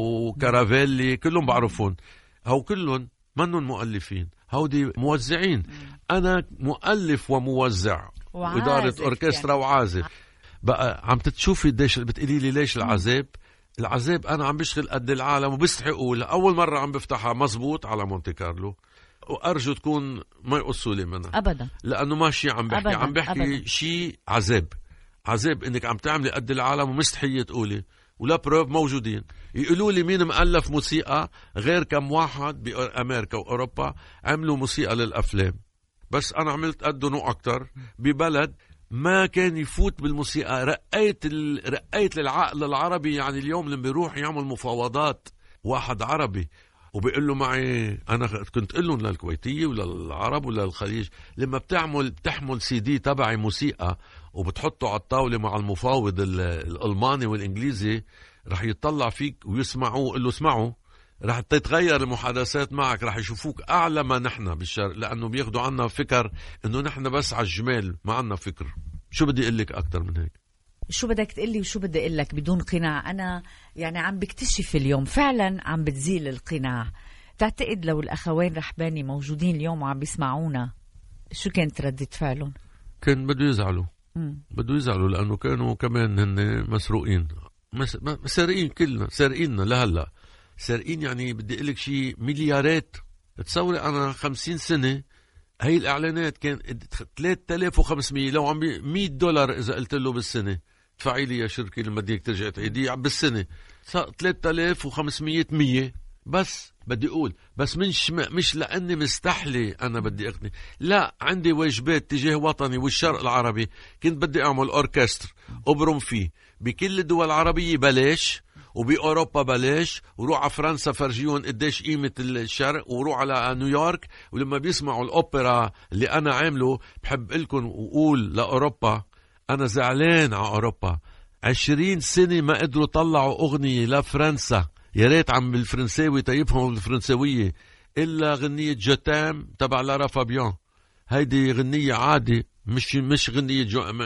وكارافيلي، كلهم بعرفون. هو كلهم منهم مؤلفين، هودي موزعين. أنا مؤلف وموزع وإدارة أوركسترا يعني. وعازف. بقى عم تتشوفي ديش بتقولي لي ليش العذاب؟ العذاب أنا عم بشتغل قد العالم وبستحق أقول أول مرة عم بفتحها مزبوط على مونتي كارلو، وأرجو تكون ما يقصوا لي منها أبدا، لأنه ما شي عم بحكي. عم بحكي شي عذاب. عذاب إنك عم تعملي قد العالم ومستحية تقولي، ولا بروف موجودين. يقولوا لي مين مؤلف موسيقى غير كم واحد بأمريكا وأوروبا عملوا موسيقى للأفلام، بس أنا عملت قدهم وأكتر ببلد ما كان يفوت بالموسيقى. رقيت ال... رقيت للعقل العربي. يعني اليوم لما بيروح يعمل مفاوضات واحد عربي وبيقول له معي، أنا كنت قل لهم للكويتية ولا العرب ولا الخليج، لما بتعمل بتحمل سي دي تبعي موسيقى وبتحطه على الطاولة مع المفاوض الألماني والإنجليزي، رح يطلع فيك ويسمعوه. قل له اسمعوا، رح تتغير المحادثات معك، رح يشوفوك أعلى ما نحن بالشرق، لأنه بياخدوا عنا فكر إنه نحن بس على الجمال، ما عنا فكر. شو بدي أقلك أكتر من هيك؟ شو بدك تقلي وشو بدي أقلك بدون قناع. أنا يعني عم بكتشف اليوم فعلا عم بتزيل القناع. تعتقد لو الأخوين رحباني موجودين اليوم وعم بيسمعونا شو كانت ردة فعلهم؟ كان بده يزعلوا. بده يزعلوا لأنه كانوا كمان هن مسروقين. مس... سارقين كلنا، سارقيننا لهلا. سارقين يعني بدي أقلك شي مليارات. تصوري أنا خمسين سنة هاي الإعلانات كان ثلاثة آلاف وخمسمية، لو عم بي مية دولار إذا قلت له بالسنة تفعي لي يا شركة لما بدك ترجع تعيدي بالسنة ثلاثة آلاف وخمسمية مية. بس بدي أقول بس مش مش لأني مستحلي أنا بدي أغني، لا، عندي واجبات تجاه وطني والشرق العربي. كنت بدي أعمل أوركستر أبرم فيه بكل الدول العربية بلاش، وبأوروبا بلاش، وروح على فرنسا فرجيون قديش قيمة الشرق، وروح على نيويورك. ولما بيسمعوا الأوبرا اللي أنا عامله بحب لكم وقول لأوروبا أنا زعلان على أوروبا. عشرين سنة ما قدروا طلعوا أغنية لفرنسا، يا ريت عم بالفرنساوي تيفهم الفرنساوية، إلا غنية جتام تبع لارا فابيان. هيدي غنية عادي، مش مش غنية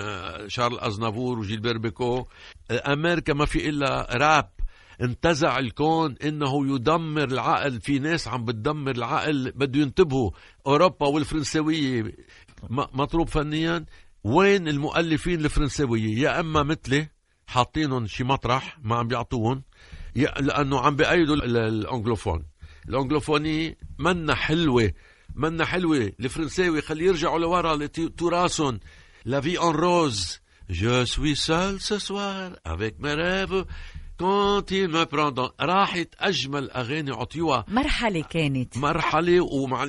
شارل أزنافور وجيلبير بيكو. أمريكا ما في إلا راب. انتزع الكون إنه يدمر العقل. في ناس عم بتدمر العقل، بده ينتبهوا. أوروبا والفرنساوية مطلوب فنيا. وين المؤلفين الفرنساوية؟ يا أما مثلي حاطينهم شي مطرح ما عم بيعطوهم، لأنه عم بأيدوا الأنجلوفون. الأنجلوفوني منا حلوة، منا حلوة. الفرنساوي خلي يرجعوا لورا لتراثهم. La vie en rose. Je suis seul ce soir avec mes rêves quand il me prend dans. راحت أجمل أغاني عطيوها. مرحلة كانت مرحلة ومع...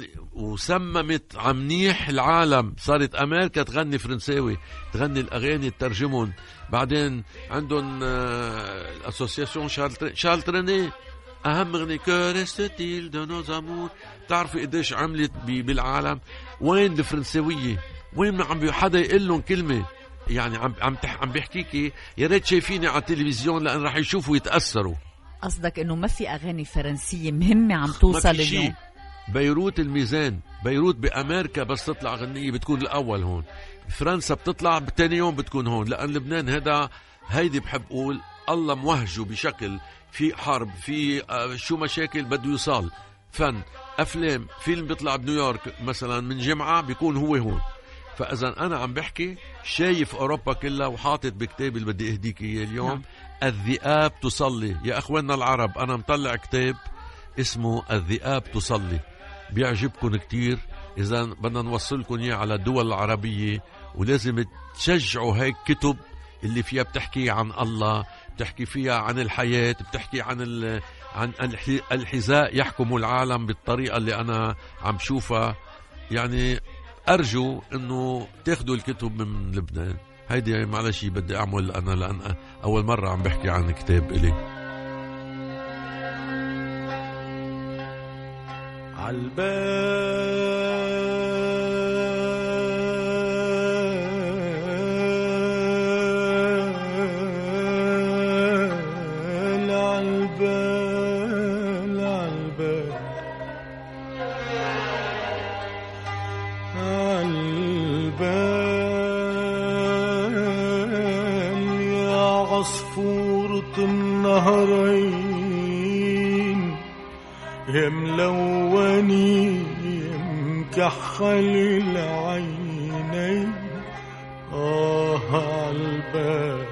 وسممت عمنيح العالم. صارت أمريكا تغني فرنساوي، تغني الأغاني تترجمون. بعدين عندهم الأسوسياسيون شارل تريني، أهم غني كورستيل دو نوز أمور. بتعرفي قديش عملت بالعالم؟ وين الفرنساوية؟ وين عم حدا يقول لهم كلمة؟ يعني عم عم عم بيحكيكي يا ريت شايفيني على التلفزيون لأن راح يشوفوا يتأثروا. قصدك إنه ما في أغاني فرنسية مهمة عم توصل اليوم؟ بيروت الميزان، بيروت بأمريكا بس تطلع غنية بتكون الأول هون. فرنسا بتطلع بتاني يوم بتكون هون. لأن لبنان هذا هيدي بحب أقول الله موهجه بشكل في حرب، في شو مشاكل بده يوصل. فن، أفلام، فيلم بيطلع بنيويورك مثلا من جمعة بيكون هو هون. فإذا أنا عم بحكي شايف أوروبا كلها وحاطط بكتابي اللي بدي أهديك إياه اليوم نعم. الذئاب تصلي. يا أخواننا العرب أنا مطلع كتاب اسمه الذئاب تصلي، بيعجبكم كتير. إذا بدنا نوصلكم إياه على الدول العربية، ولازم تشجعوا هيك كتب اللي فيها بتحكي عن الله، بتحكي فيها عن الحياة، بتحكي عن ال... عن الحذاء يحكم العالم بالطريقة اللي أنا عم شوفها. يعني أرجو إنه تاخدوا الكتب من لبنان. هيدي معلش بدي أعمل أنا، لأن أول مرة عم بحكي عن كتاب إلي. عالبال عالبال عالبال عالبال يا عصفورة النهرين، يا ملوني يا مكحل العينين. آه عالبال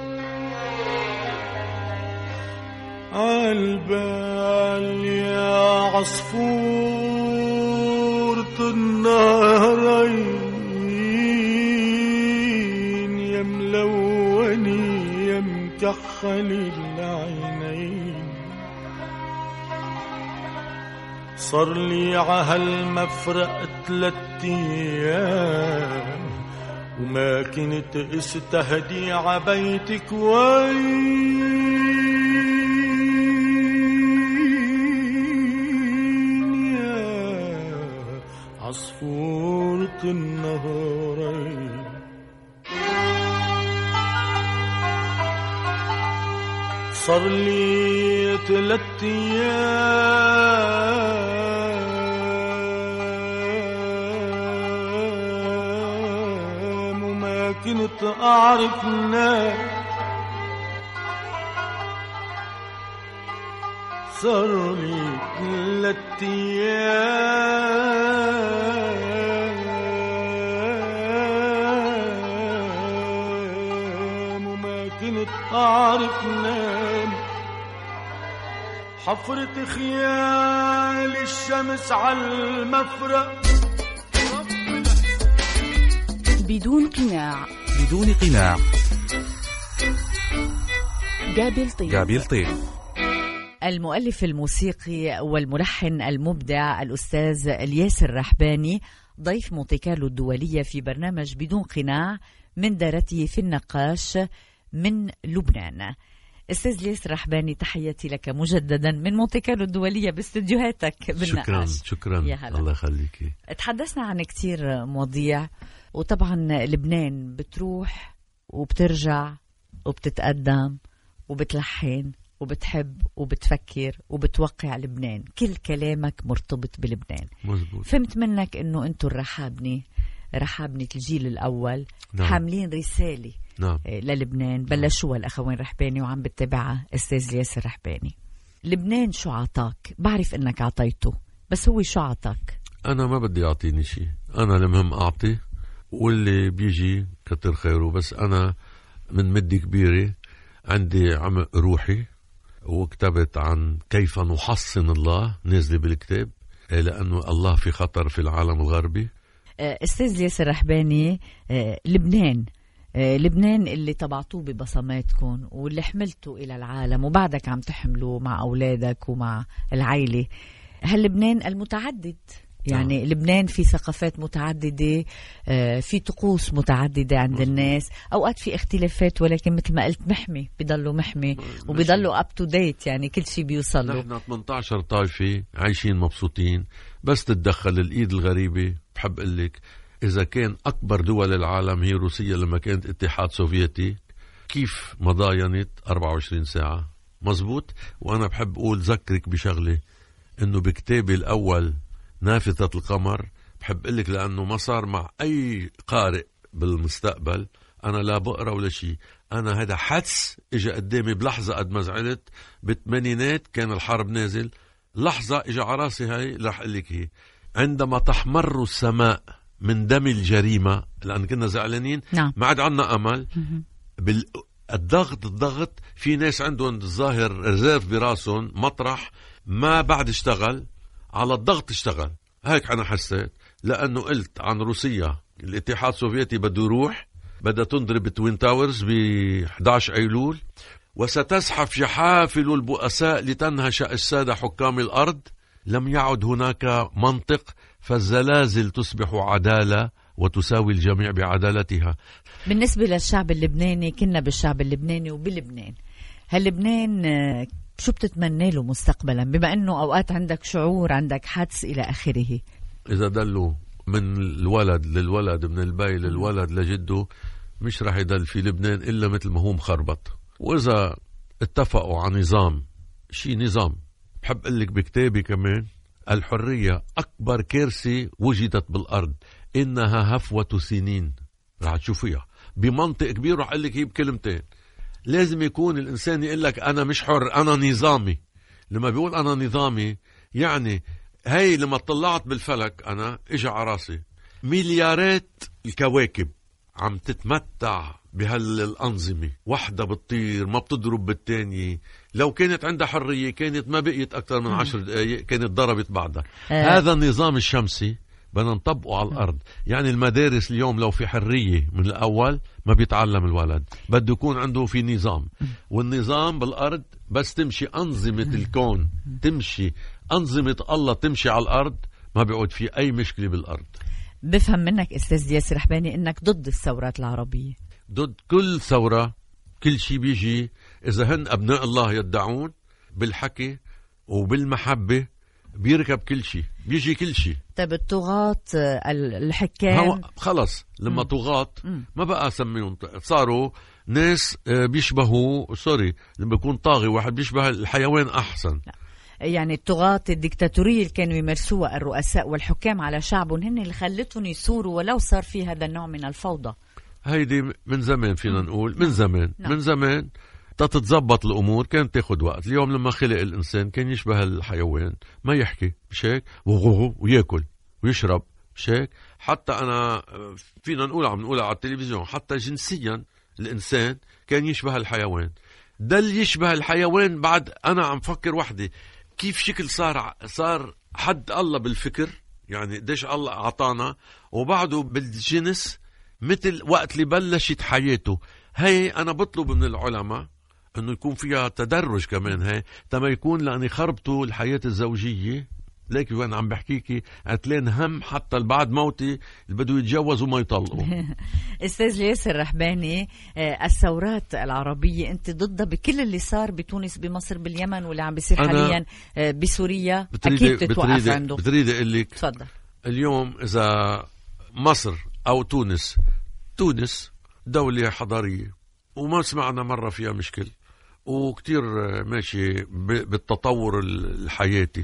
عالبال يا عصفورة النهرين، يا ملوني يا مكحل العينين. صار لي عهالمفرق تلات ايام وما كنت استهدي عبيتك وين يا عصفورة النهرين. صار لي تلات ايام وما كنت اعرف نام. صار لي تلات ايام وما كنت اعرف نام. حفرة خيال الشمس عالمفرق بدون قناع. بدون قناع. جابل طيف. جابل طيف. المؤلف الموسيقي والملحن المبدع الأستاذ الياس الرحباني ضيف مونتي كارلو الدولية في برنامج بدون قناع من دارته في النقاش من لبنان. أستاذ الياس الرحباني، تحياتي لك مجددا من مونتي كارلو الدولية باستديوهاتك بالنقاش. شكرا شكرا الله يخليكي. تحدثنا عن كتير مواضيع، وطبعا لبنان بتروح وبترجع وبتتقدم وبتلحن وبتحب وبتفكر وبتوقع لبنان. كل كلامك مرتبط بلبنان. مزبوط. فهمت منك انه انتو الرحابني رحابنة الجيل الأول نعم. حاملين رسالة نعم. للبنان بلشوها الأخوين رحباني وعم بتبعها أستاذ الياس الرحباني. لبنان شو عطاك؟ بعرف إنك عطيته، بس هو شو عطاك؟ أنا ما بدي أعطيني شيء، أنا المهم أعطي واللي بيجي كتر خيره. بس أنا من مدة كبيرة عندي عمق روحي، وكتبت عن كيف نحصن الله نازلة بالكتاب، لأنه الله في خطر في العالم الغربي. أستاذ الياس الرحباني، لبنان لبنان اللي طبعتوه ببصماتكم واللي حملته إلى العالم وبعدك عم تحملوه مع أولادك ومع العائلة، هل لبنان المتعدد؟ يعني آه. لبنان في ثقافات متعددة، في طقوس متعددة عند مزبوط. الناس أوقات في اختلافات، ولكن مثل ما قلت محمي بيضلوا محمي وبيضلوا up to date، يعني كل شيء بيوصلوا. نحن ثمانية عشر طائفة عايشين مبسوطين، بس تتدخل الإيد الغريبة. بحب قلك إذا كان أكبر دول العالم هي روسيا لما كانت اتحاد سوفيتي، كيف مضاينت أربعة وعشرين ساعة؟ مزبوط. وأنا بحب أقول ذكرك بشغلة، إنه بكتابي الأول نافذة القمر، بحب قلك لأنه ما صار مع أي قارئ بالمستقبل. أنا لا بقرأ ولا شيء، أنا هذا حدس إجا قدامي بلحظة قد ما زعلت. بالثمانينات كان الحرب نازل، لحظة اجى على راسي هاي رح اقول لك هي، عندما تحمر السماء من دم الجريمة، لأن كنا زعلانين نعم. ما عاد عنا أمل. بالضغط الضغط في ناس عندهم الظاهر ريزيرف براسهم مطرح ما بعد اشتغل على الضغط اشتغل. هيك أنا حسيت، لأنه قلت عن روسيا الاتحاد السوفيتي بده يروح، بدها تنضرب توين تاورز ب إحدى عشر أيلول، وستزحف جحافل البؤساء لتنهش السادة حكام الأرض. لم يعد هناك منطق، فالزلازل تصبح عدالة وتساوي الجميع بعدالتها. بالنسبة للشعب اللبناني، كنا بالشعب اللبناني وبلبنان، هل لبنان شو بتتمنى له مستقبلا، بما أنه أوقات عندك شعور، عندك حدس إلى آخره؟ إذا دلوا من الولد للولد، من البي للولد لجده، مش رح يدل في لبنان إلا مثل ما هو مخربط. وإذا اتفقوا على نظام، شي نظام، بحب أقول لك بكتابي كمان، الحرية أكبر كارثة وجدت بالأرض، إنها هفوة سنين. رح تشوفيها بمنطق كبير. رح أقول لك هي بكلمتين، لازم يكون الإنسان يقول لك أنا مش حر، أنا نظامي. لما بيقول أنا نظامي، يعني هاي لما طلعت بالفلك أنا إجا على راسي مليارات الكواكب عم تتمتع بهالأنظمة، واحدة بتطير ما بتضرب بالتانية. لو كانت عندها حرية كانت ما بقيت أكثر من عشر دقايق، كانت ضربت بعدها. آه. هذا النظام الشمسي بدنا نطبقه على الأرض. يعني المدارس اليوم لو في حرية من الأول ما بيتعلم الولد، بده يكون عنده في نظام، والنظام بالأرض بس تمشي أنظمة الكون، تمشي أنظمة الله تمشي على الأرض، ما بيعود في أي مشكلة بالأرض. بفهم منك أستاذ ياسر رحباني إنك ضد الثورات العربية. ضد كل ثورة، كل شيء بيجي إذا هن أبناء الله يدعون بالحكي وبالمحبة بيركب كل شيء، بيجي كل شيء. طيب الطغاة الحكام خلص لما طغاة ما بقى سميهم، صاروا ناس بيشبهوا، سوري لما يكون طاغي واحد بيشبه الحيوان أحسن. لا. يعني الطغاة الديكتاتورية اللي كانوا يمارسوها الرؤساء والحكام على شعبهم هن اللي خلتهم يثوروا، ولو صار في هذا النوع من الفوضى. هيدي من زمان فينا نقول، من زمان نعم. من زمان تتظبط الأمور كانت تاخد وقت. اليوم لما خلق الإنسان كان يشبه الحيوان، ما يحكي مش هيك، ويأكل ويشرب مش هيك. حتى أنا فينا نقول، عم نقولها على التلفزيون، حتى جنسيا الإنسان كان يشبه الحيوان. ده اللي يشبه الحيوان. بعد أنا عم فكر وحدي كيف شكل صار صار حد الله بالفكر، يعني قديش الله أعطانا، وبعده بالجنس مثل وقت اللي بلشت حياته. هاي أنا بطلب من العلماء أنه يكون فيها تدرج كمان، هاي تما يكون، لأني خربتوا الحياة الزوجية. ليك وين عم بحكيكي قتلين هم حتى بعد موتي اللي بده يتجوزوا ما يطلقوا. استاذ ياسر رحباني، الثورات العربية أنت ضدها بكل اللي صار بتونس، بمصر، باليمن، واللي عم بيصير حاليا بسوريا، أكيد تتوقف عنده. بتريد أقول لك تفضل. اليوم إذا مصر أو تونس، تونس دولة حضارية وما سمعنا مرة فيها مشكل، وكتير ماشي بالتطور الحياتي.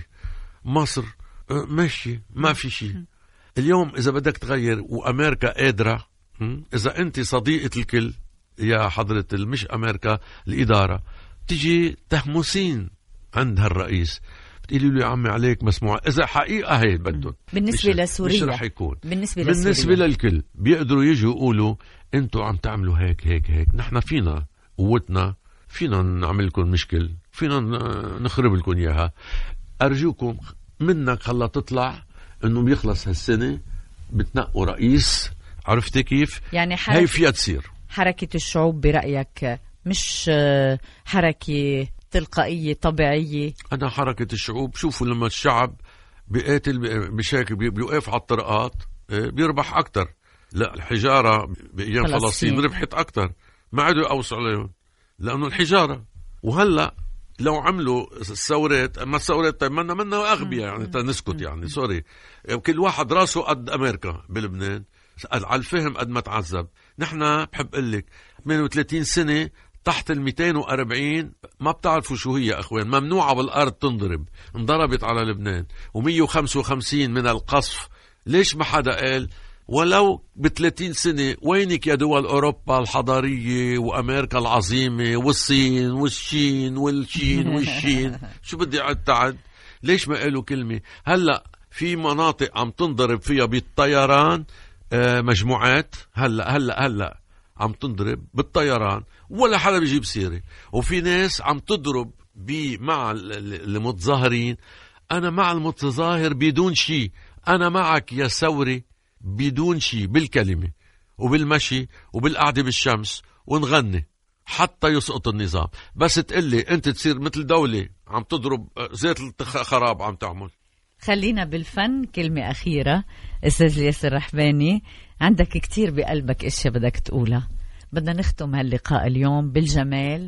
مصر ماشي ما في شيء. اليوم إذا بدك تغير وأمريكا قادرة، إذا أنت صديقة الكل يا حضرة مش أمريكا الإدارة، تجي تهمسين عند هالرئيس بتقولي له يا عمي عليك مسموع. إذا حقيقة هي بدهم بالنسبة لسوريا مش رح يكون بالنسبة, بالنسبة للكل بيقدروا يجوا يقولوا أنتوا عم تعملوا هيك هيك هيك، نحن فينا قوتنا، فينا نعمل لكم مشكل، فينا نخرب لكم إياها. أرجوكم منك خلا تطلع إنه بيخلص هالسنة بتنقوا رئيس. عرفتي كيف؟ يعني هاي فيها تصير حركة الشعوب برأيك مش حركة تلقائية طبيعية؟ أنا حركة الشعوب، شوفوا لما الشعب بيقاتل بشكل بيوقف على الطرقات بيربح أكتر. لا الحجارة بأيام فلسطين, فلسطين ربحت أكتر، ما عادوا يقوصوا عليهم لأنه الحجارة. وهلأ لو عملوا الثورات، أما الثورات طيب منا منا أغبياء يعني تنسكت يعني سوري، كل واحد راسه قد أمريكا بلبنان على الفهم قد ما تعذب. نحن بحب قلك ثمانية وثلاثين سنة تحت ال مئتين وأربعين ما بتعرفوا شو هي أخوان، ممنوعة بالأرض تنضرب، انضربت على لبنان، ومية وخمسة وخمسين من القصف. ليش ما حدا قال ولو بثلاثين سنة وينك يا دول أوروبا الحضارية وأمريكا العظيمة والصين والشين والشين والشين؟ شو بدي أعد تعد؟ ليش ما قالوا كلمة؟ هلأ في مناطق عم تنضرب فيها بالطيران مجموعات، هلأ هلأ هلأ عم تنضرب بالطيران ولا حدا بيجيب سيرة. وفي ناس عم تضرب بي مع المتظاهرين. أنا مع المتظاهر بدون شيء، أنا معك يا ثوري بدون شيء، بالكلمة وبالمشي وبالقعدة بالشمس ونغني حتى يسقط النظام. بس تقلي أنت تصير مثل دولة عم تضرب زيت الخراب عم تعمل. خلينا بالفن. كلمة أخيرة أستاذ الياس الرحباني، عندك كتير بقلبك إشياء بدك تقولها. بدنا نختم هاللقاء اليوم بالجمال.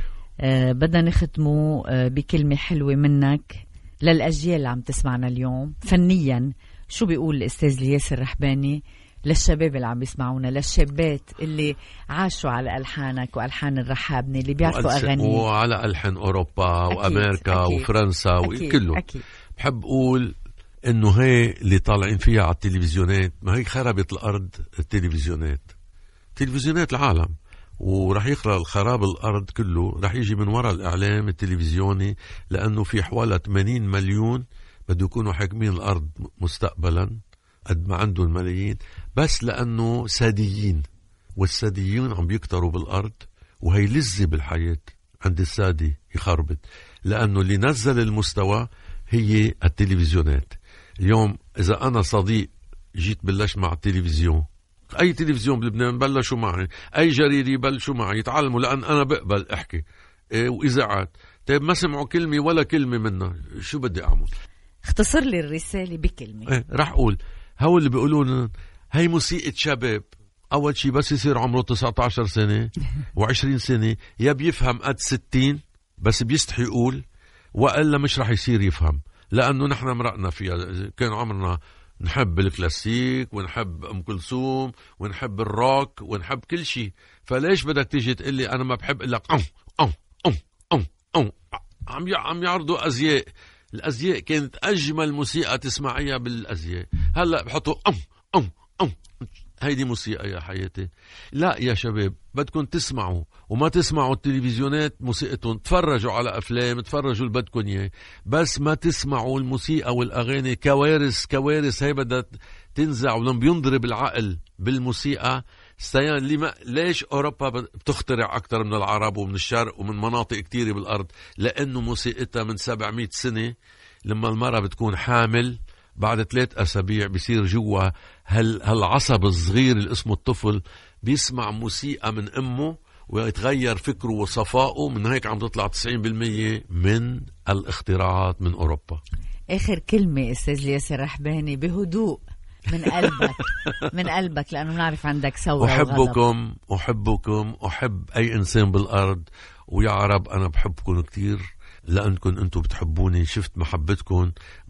آه بدنا نختمه آه بكلمة حلوة منك للأجيال اللي عم تسمعنا اليوم. فنيا شو بيقول الأستاذ الياس الرحباني للشباب اللي عم بيسمعونا، للشابات اللي عاشوا على ألحانك وألحان الرحابني، اللي بيعرفوا أغاني وعلى ألحان أوروبا أكيد وأمريكا أكيد وفرنسا وكله. أكيد. بحب أقول إنه هي اللي طالعين فيها على التلفزيونات، ما هي خربت الأرض التلفزيونات، تلفزيونات العالم، ورح يخرب الخراب الأرض كله رح يجي من وراء الإعلام التلفزيوني، لأنه في حوالي ثمانين مليون بده يكونوا حاكمين الأرض مستقبلا قد ما عندهم ملايين، بس لأنه ساديين، والساديين عم بيكتروا بالأرض، وهي لذة بالحياة عند السادي يخربت، لأنه اللي نزل المستوى هي التلفزيونات. اليوم إذا أنا صديق جيت بلش مع التلفزيون، أي تلفزيون بلبنان بلشوا معي، أي جريدة بلشوا معي يتعلموا، لأن أنا بقبل أحكي إيه وإذاعات. طيب ما سمعوا كلمة ولا كلمة منها، شو بدي أعمل؟ اختصر لي الرسالة بكلمة. إيه رح أقول هو اللي بيقولون هاي موسيقى شباب. أول شي بس يصير عمره تسعة عشر سنة وعشرين سنة يا بيفهم قد ستين بس بيستحي يقول، وإلا مش رح يصير يفهم، لأنه نحن مرقنا فيها. كان عمرنا نحب الكلاسيك ونحب أم كلثوم ونحب الروك ونحب كل شيء، فليش بدك تيجي تقلي أنا ما بحب إلا أم أم أم أم أم عم عم يعرضوا أزياء. الأزياء كانت أجمل موسيقى تسمعيها بالأزياء، هلأ بحطوا أم أم أم هيدي موسيقى يا حياتي؟ لا يا شباب، بدكم تسمعوا وما تسمعوا التلفزيونات موسيقتهم، تفرجوا على أفلام، تفرجوا اللي بدكم إياه، بس ما تسمعوا الموسيقى والأغاني. كوارث كوارث هي بدها تنزع، ولما بينضرب العقل بالموسيقى سيان. لما ليش أوروبا بتخترع أكتر من العرب ومن الشرق ومن مناطق كتيرة بالأرض؟ لأنه موسيقتها من سبعمائة سنة. لما المرأة بتكون حامل بعد ثلاث أسابيع بيصير جوا هال هالعصب الصغير اللي اسمه الطفل بيسمع موسيقى من أمه ويتغير فكره وصفائه. من هيك عم تطلع تسعين بالمية من الاختراعات من أوروبا. آخر كلمة أستاذ الياس الرحباني بهدوء من قلبك من قلبك، لأنه نعرف عندك ثورة. أحبكم أحبكم أحب أي إنسان بالأرض، ويا عرب أنا بحبكم كتير لأنكم أنتم بتحبوني. شفت محبتكم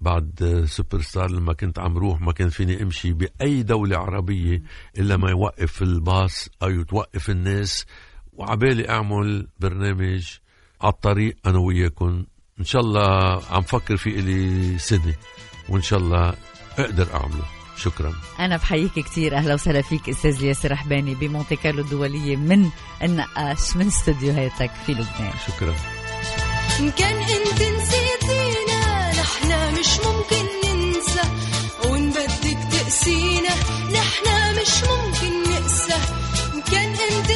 بعد سوبر ستار، لما كنت عم روح ما كان فيني أمشي بأي دولة عربية إلا ما يوقف الباص أو يتوقف الناس، وعبالي أعمل برنامج على الطريق أنا وياكم. إن شاء الله عم فكر في إلي سنة، وإن شاء الله أقدر أعمله. شكرا. أنا بحييك كتير. أهلا وسهلا فيك أستاذ الياس الرحباني بمونتي كارلو الدولية من النقاش من استوديوهاتك في لبنان. شكرا. إن كان أنت نسيتينا نحنا مش ممكن ننسى، وإن بدك تقسينا نحنا مش ممكن نقسى. إن كان أنت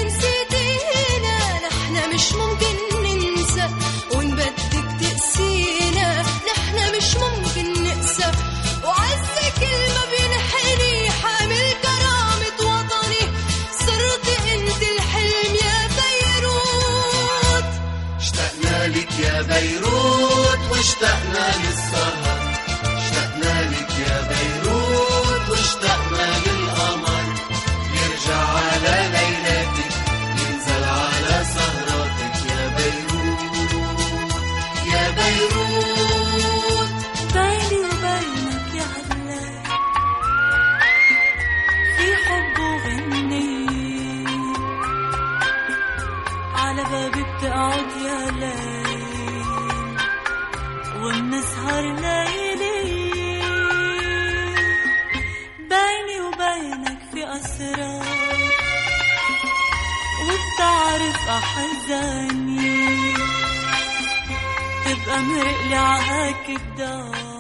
نسيتينا نحنا مش ممكن ننسى، وإن بدك تقسينا نحنا مش ممكن نقسى. وعز كلمة بينحني حامل كرامة وطني، صرت أنت الحلم يا بيروت. اشتقنا لك يا بيروت واشتقنا للسهر، اشتقنا لك يا بيروت واشتقنا للقمر، يرجع على ليلاتك ينزل على سهراتك يا بيروت يا بيروت. بيني وبينك يا هلا في حب وغني، على بابي بتقعد يا ليل وبنسهر ليلي. بيني وبينك في أسرار وبتعرف أحزاني، تبقى امرق لي عهاك الدار.